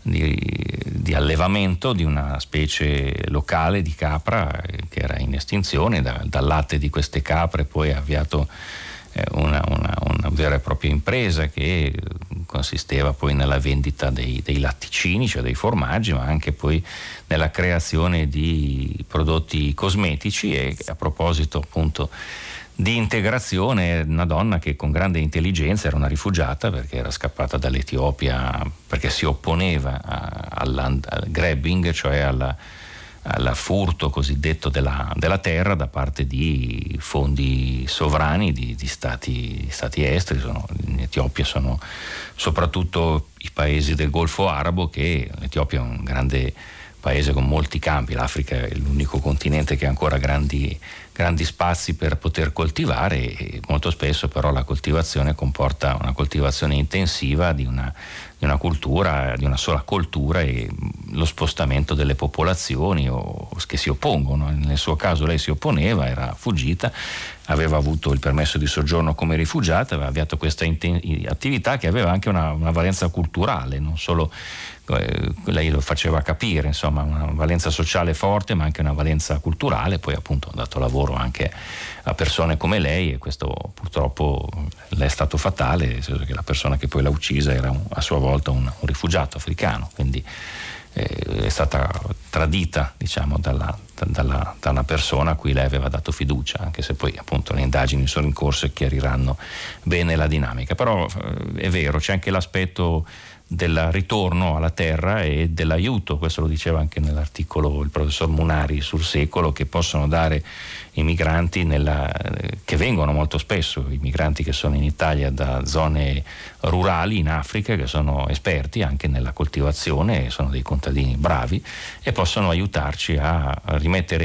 di allevamento di una specie locale di capra che era in estinzione. Dal latte di queste capre poi ha avviato una vera e propria impresa che consisteva poi nella vendita dei latticini, cioè dei formaggi, ma anche poi nella creazione di prodotti cosmetici. E a proposito appunto di integrazione, una donna che con grande intelligenza era una rifugiata perché era scappata dall'Etiopia perché si opponeva al grabbing, cioè al furto cosiddetto della terra da parte di fondi sovrani di stati esteri. In Etiopia sono soprattutto i paesi del Golfo Arabo, che l'Etiopia è un grande paese con molti campi. L'Africa è l'unico continente che ha ancora grandi grandi spazi per poter coltivare, e molto spesso però la coltivazione comporta una coltivazione intensiva di una cultura, di una sola coltura, e lo spostamento delle popolazioni che si oppongono. Nel suo caso lei si opponeva, era fuggita, aveva avuto il permesso di soggiorno come rifugiata, aveva avviato questa attività che aveva anche una valenza culturale, non solo lei lo faceva capire, insomma, una valenza sociale forte ma anche una valenza culturale. Poi appunto ha dato lavoro anche a persone come lei, e questo purtroppo le è stato fatale, nel senso che la persona che poi l'ha uccisa era a sua volta un rifugiato africano, quindi è stata tradita, diciamo, da una persona a cui lei aveva dato fiducia, anche se poi appunto le indagini sono in corso e chiariranno bene la dinamica. Però è vero, c'è anche l'aspetto del ritorno alla terra e dell'aiuto, questo lo diceva anche nell'articolo il professor Munari sul Secolo, che possono dare i migranti che vengono molto spesso, i migranti che sono in Italia da zone rurali in Africa, che sono esperti anche nella coltivazione, sono dei contadini bravi e possono aiutarci a rimettere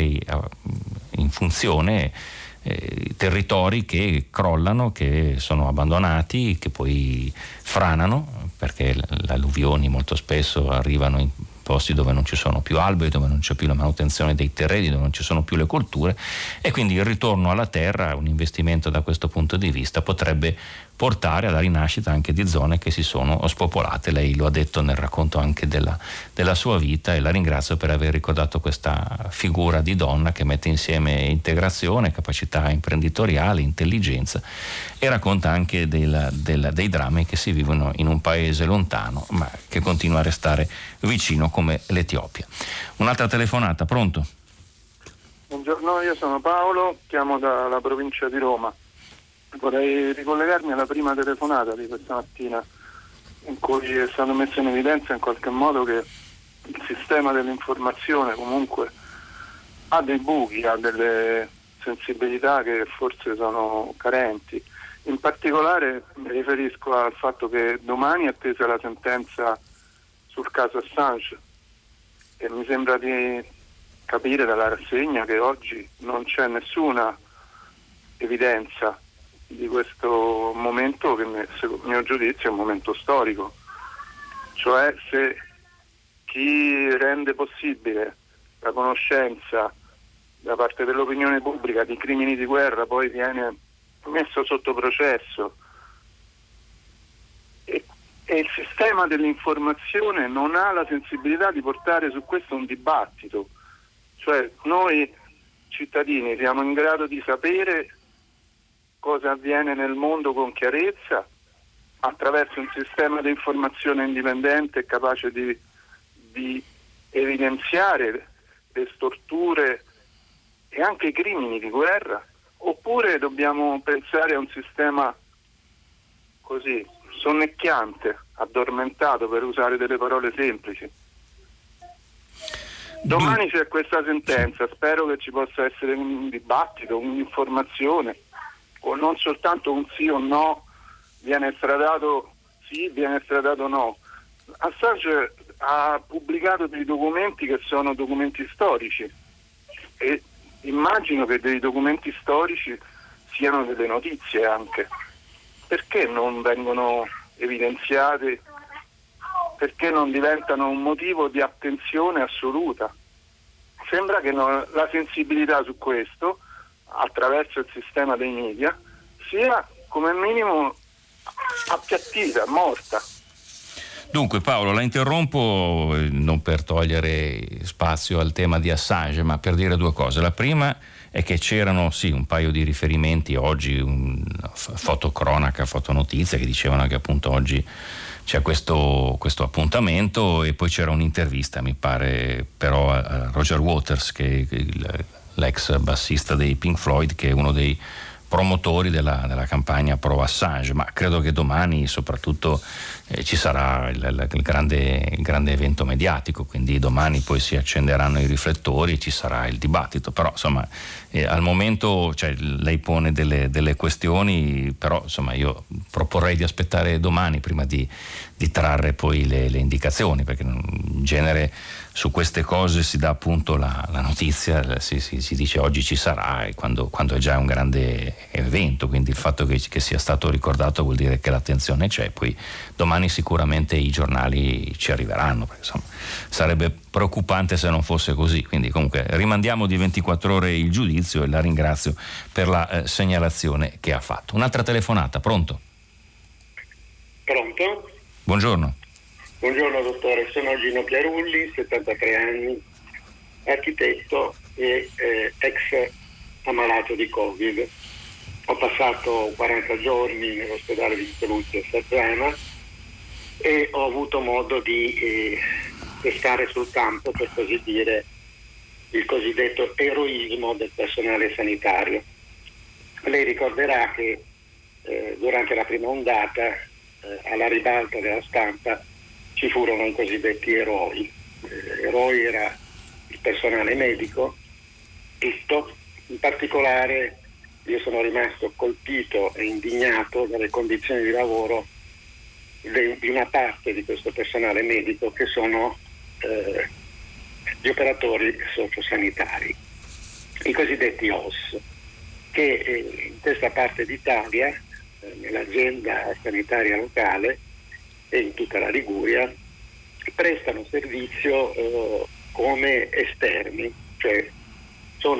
in funzione territori che crollano, che sono abbandonati, che poi franano, perché le alluvioni molto spesso arrivano in posti dove non ci sono più alberi, dove non c'è più la manutenzione dei terreni, dove non ci sono più le colture, e quindi il ritorno alla terra, un investimento da questo punto di vista, potrebbe portare alla rinascita anche di zone che si sono spopolate. Lei lo ha detto nel racconto anche della sua vita, e la ringrazio per aver ricordato questa figura di donna che mette insieme integrazione, capacità imprenditoriale, intelligenza, e racconta anche dei drammi che si vivono in un paese lontano ma che continua a restare vicino come l'Etiopia. Un'altra telefonata, pronto? Buongiorno, io sono Paolo, chiamo dalla provincia di Roma. Vorrei ricollegarmi alla prima telefonata di questa mattina, in cui è stato messo in evidenza in qualche modo che il sistema dell'informazione comunque ha dei buchi, ha delle sensibilità che forse sono carenti. In particolare mi riferisco al fatto che domani è attesa la sentenza sul caso Assange, e mi sembra di capire dalla rassegna che oggi non c'è nessuna evidenza di questo momento, che secondo il mio giudizio è un momento storico, cioè se chi rende possibile la conoscenza da parte dell'opinione pubblica di crimini di guerra poi viene messo sotto processo, e il sistema dell'informazione non ha la sensibilità di portare su questo un dibattito, cioè noi cittadini siamo in grado di sapere cosa avviene nel mondo con chiarezza attraverso un sistema di informazione indipendente capace di evidenziare le storture e anche i crimini di guerra, oppure dobbiamo pensare a un sistema così sonnecchiante, addormentato, per usare delle parole semplici. Domani c'è questa sentenza, spero che ci possa essere un dibattito, un'informazione, o non soltanto un sì o no, viene estradato sì, viene estradato no. Assange ha pubblicato dei documenti che sono documenti storici, e immagino che dei documenti storici siano delle notizie anche. Perché non vengono evidenziate? Perché non diventano un motivo di attenzione assoluta? Sembra che la sensibilità su questo, attraverso il sistema dei media, sia come minimo appiattita, morta. Dunque Paolo, la interrompo non per togliere spazio al tema di Assange, ma per dire due cose. La prima è che c'erano sì un paio di riferimenti oggi, fotocronaca, fotonotizia, che dicevano che appunto oggi c'è questo appuntamento, e poi c'era un'intervista, mi pare, però a Roger Waters, che è l'ex bassista dei Pink Floyd, che è uno dei promotori della campagna pro Assange, ma credo che domani soprattutto ci sarà il grande evento mediatico, quindi domani poi si accenderanno i riflettori e ci sarà il dibattito, però insomma al momento lei pone delle questioni, però insomma io proporrei di aspettare domani prima di trarre poi le indicazioni, perché in genere su queste cose si dà appunto la notizia, si dice oggi ci sarà, e quando è già un grande evento, quindi il fatto che sia stato ricordato vuol dire che l'attenzione c'è, poi domani sicuramente i giornali ci arriveranno, perché insomma sarebbe preoccupante se non fosse così, quindi comunque rimandiamo di 24 ore il giudizio e la ringrazio per la segnalazione che ha fatto. Un'altra telefonata, pronto? Pronto? Buongiorno. Buongiorno dottore, sono Gino Chiarulli, 73 anni, architetto e ex ammalato di Covid. Ho passato 40 giorni nell'ospedale di Saluzzi a Sarzana e ho avuto modo di testare sul campo, per così dire, il cosiddetto eroismo del personale sanitario. Lei ricorderà che durante la prima ondata, alla ribalta della stampa, ci furono i cosiddetti eroi. Eroi era il personale medico. In particolare io sono rimasto colpito e indignato dalle condizioni di lavoro di una parte di questo personale medico, che sono gli operatori sociosanitari, i cosiddetti OS, che in questa parte d'Italia, nell'azienda sanitaria locale e in tutta la Liguria, prestano servizio come esterni, cioè sono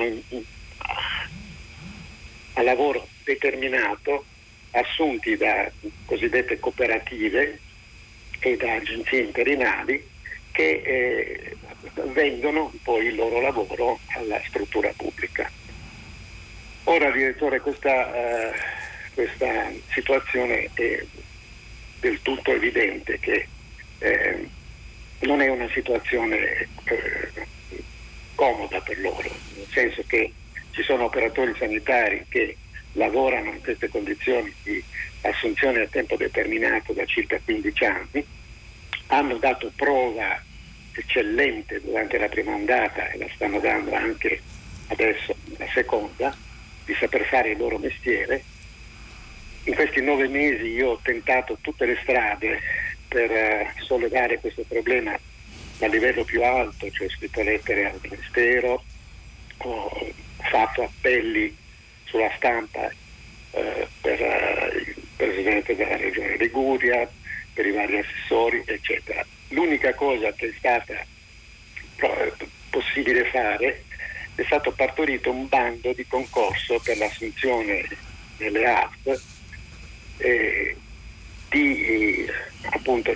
a lavoro determinato, assunti da cosiddette cooperative e da agenzie interinali che vendono poi il loro lavoro alla struttura pubblica. Ora, direttore, questa situazione è del tutto evidente che non è una situazione comoda per loro, nel senso che ci sono operatori sanitari che lavorano in queste condizioni di assunzione a tempo determinato da circa 15 anni, hanno dato prova eccellente durante la prima ondata e la stanno dando anche adesso nella seconda, di saper fare il loro mestiere. In questi 9 mesi io ho tentato tutte le strade per sollevare questo problema a livello più alto, cioè ho scritto lettere al Ministero, ho fatto appelli sulla stampa per il Presidente della Regione Liguria, per i vari assessori, eccetera. L'unica cosa che è stata possibile fare è stato partorito un bando di concorso per l'assunzione nelle ASP di appunto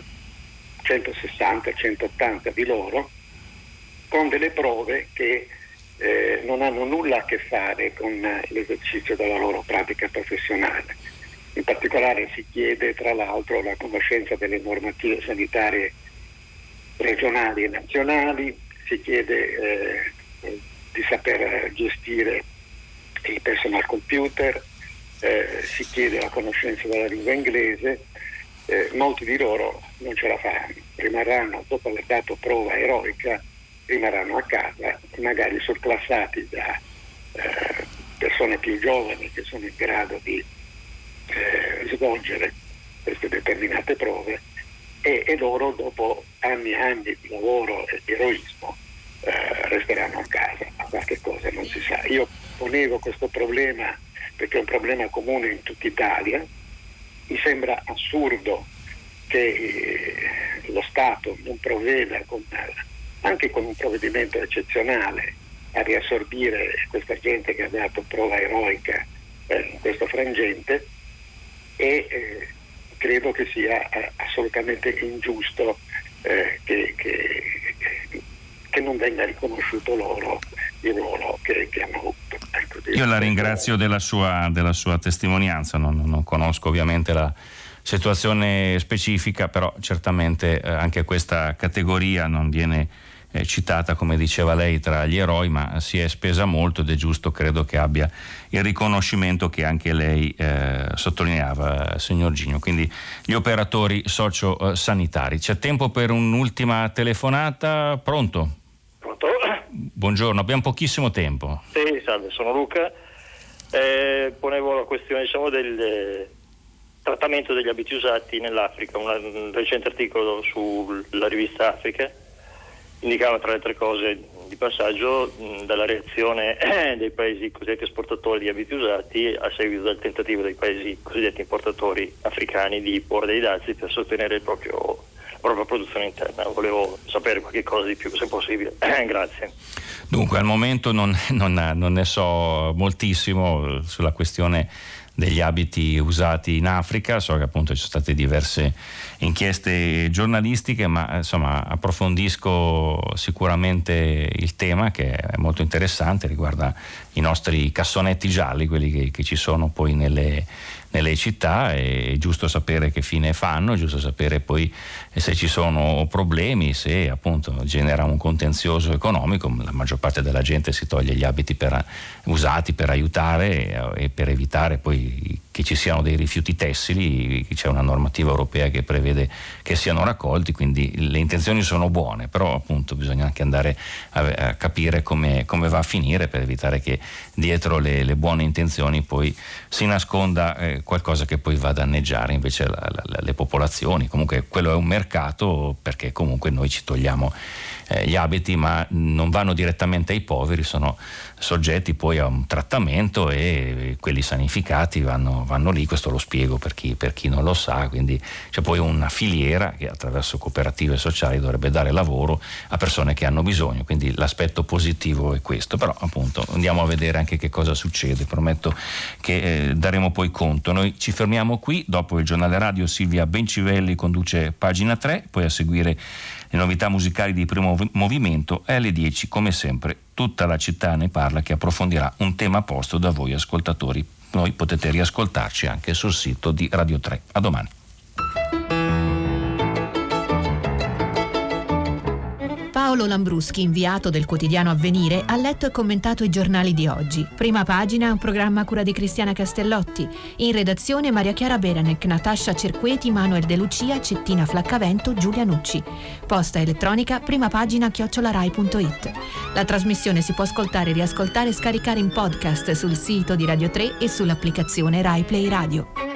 160-180 di loro, con delle prove che non hanno nulla a che fare con l'esercizio della loro pratica professionale. In particolare si chiede tra l'altro la conoscenza delle normative sanitarie regionali e nazionali, si chiede di saper gestire il personal computer, si chiede la conoscenza della lingua inglese. Molti di loro non ce la faranno, rimarranno, dopo aver dato prova eroica, rimarranno a casa, magari surclassati da persone più giovani che sono in grado di svolgere queste determinate prove, e loro dopo anni e anni di lavoro e di eroismo resteranno a casa, ma qualche cosa non si sa. Io ponevo questo problema perché è un problema comune in tutta Italia. Mi sembra assurdo che lo Stato non provveda anche con un provvedimento eccezionale a riassorbire questa gente che ha dato prova eroica in questo frangente, e credo che sia assolutamente ingiusto che non venga riconosciuto loro il ruolo che hanno avuto. Ecco, io la ringrazio della sua testimonianza, non conosco ovviamente la situazione specifica, però certamente anche questa categoria non viene citata, come diceva lei, tra gli eroi, ma si è spesa molto ed è giusto, credo, che abbia il riconoscimento che anche lei sottolineava, signor Gigno, quindi gli operatori sociosanitari. C'è tempo per un'ultima telefonata? Pronto? Pronto? Buongiorno, abbiamo pochissimo tempo. Sì, salve, sono Luca. Ponevo la questione, del trattamento degli abiti usati nell'Africa. Un recente articolo sulla rivista Africa indicava, tra le altre cose di passaggio, dalla reazione dei paesi cosiddetti esportatori di abiti usati a seguito del tentativo dei paesi cosiddetti importatori africani di porre dei dazi per sostenere la propria produzione interna. Volevo sapere qualche cosa di più, se possibile. Grazie. Dunque, al momento non ne so moltissimo sulla questione degli abiti usati in Africa. So che appunto ci sono state diverse inchieste giornalistiche, ma insomma approfondisco sicuramente il tema, che è molto interessante, riguarda i nostri cassonetti gialli, quelli che ci sono poi nelle città. È giusto sapere che fine fanno, è giusto sapere poi se ci sono problemi, se appunto genera un contenzioso economico. La maggior parte della gente si toglie gli abiti usati per aiutare e per evitare poi che ci siano dei rifiuti tessili. C'è una normativa europea che prevede che siano raccolti, quindi le intenzioni sono buone, però appunto bisogna anche andare a capire come va a finire, per evitare che dietro le buone intenzioni poi si nasconda qualcosa che poi va a danneggiare invece le popolazioni. Comunque quello è un mercato, perché comunque noi ci togliamo gli abiti, ma non vanno direttamente ai poveri, sono soggetti poi a un trattamento e quelli sanificati vanno lì. Questo lo spiego per chi non lo sa. Quindi c'è poi una filiera che attraverso cooperative sociali dovrebbe dare lavoro a persone che hanno bisogno, quindi l'aspetto positivo è questo. Però appunto andiamo a vedere anche che cosa succede, prometto che daremo poi conto. Noi ci fermiamo qui, dopo il giornale radio Silvia Bencivelli conduce Pagina 3, poi a seguire le novità musicali di Primo Movimento, e alle 10 come sempre Tutta la città ne parla, che approfondirà un tema posto da voi ascoltatori. Noi potete riascoltarci anche sul sito di Radio 3. A domani. Paolo Lambruschi, inviato del quotidiano Avvenire, ha letto e commentato i giornali di oggi. Prima pagina, un programma a cura di Cristiana Castellotti. In redazione Maria Chiara Beranec, Natascia Cerqueti, Manuel De Lucia, Cettina Flaccavento, Giulia Nucci. Posta elettronica primapagina@rai.it. La trasmissione si può ascoltare, riascoltare e scaricare in podcast sul sito di Radio 3 e sull'applicazione Rai Play Radio.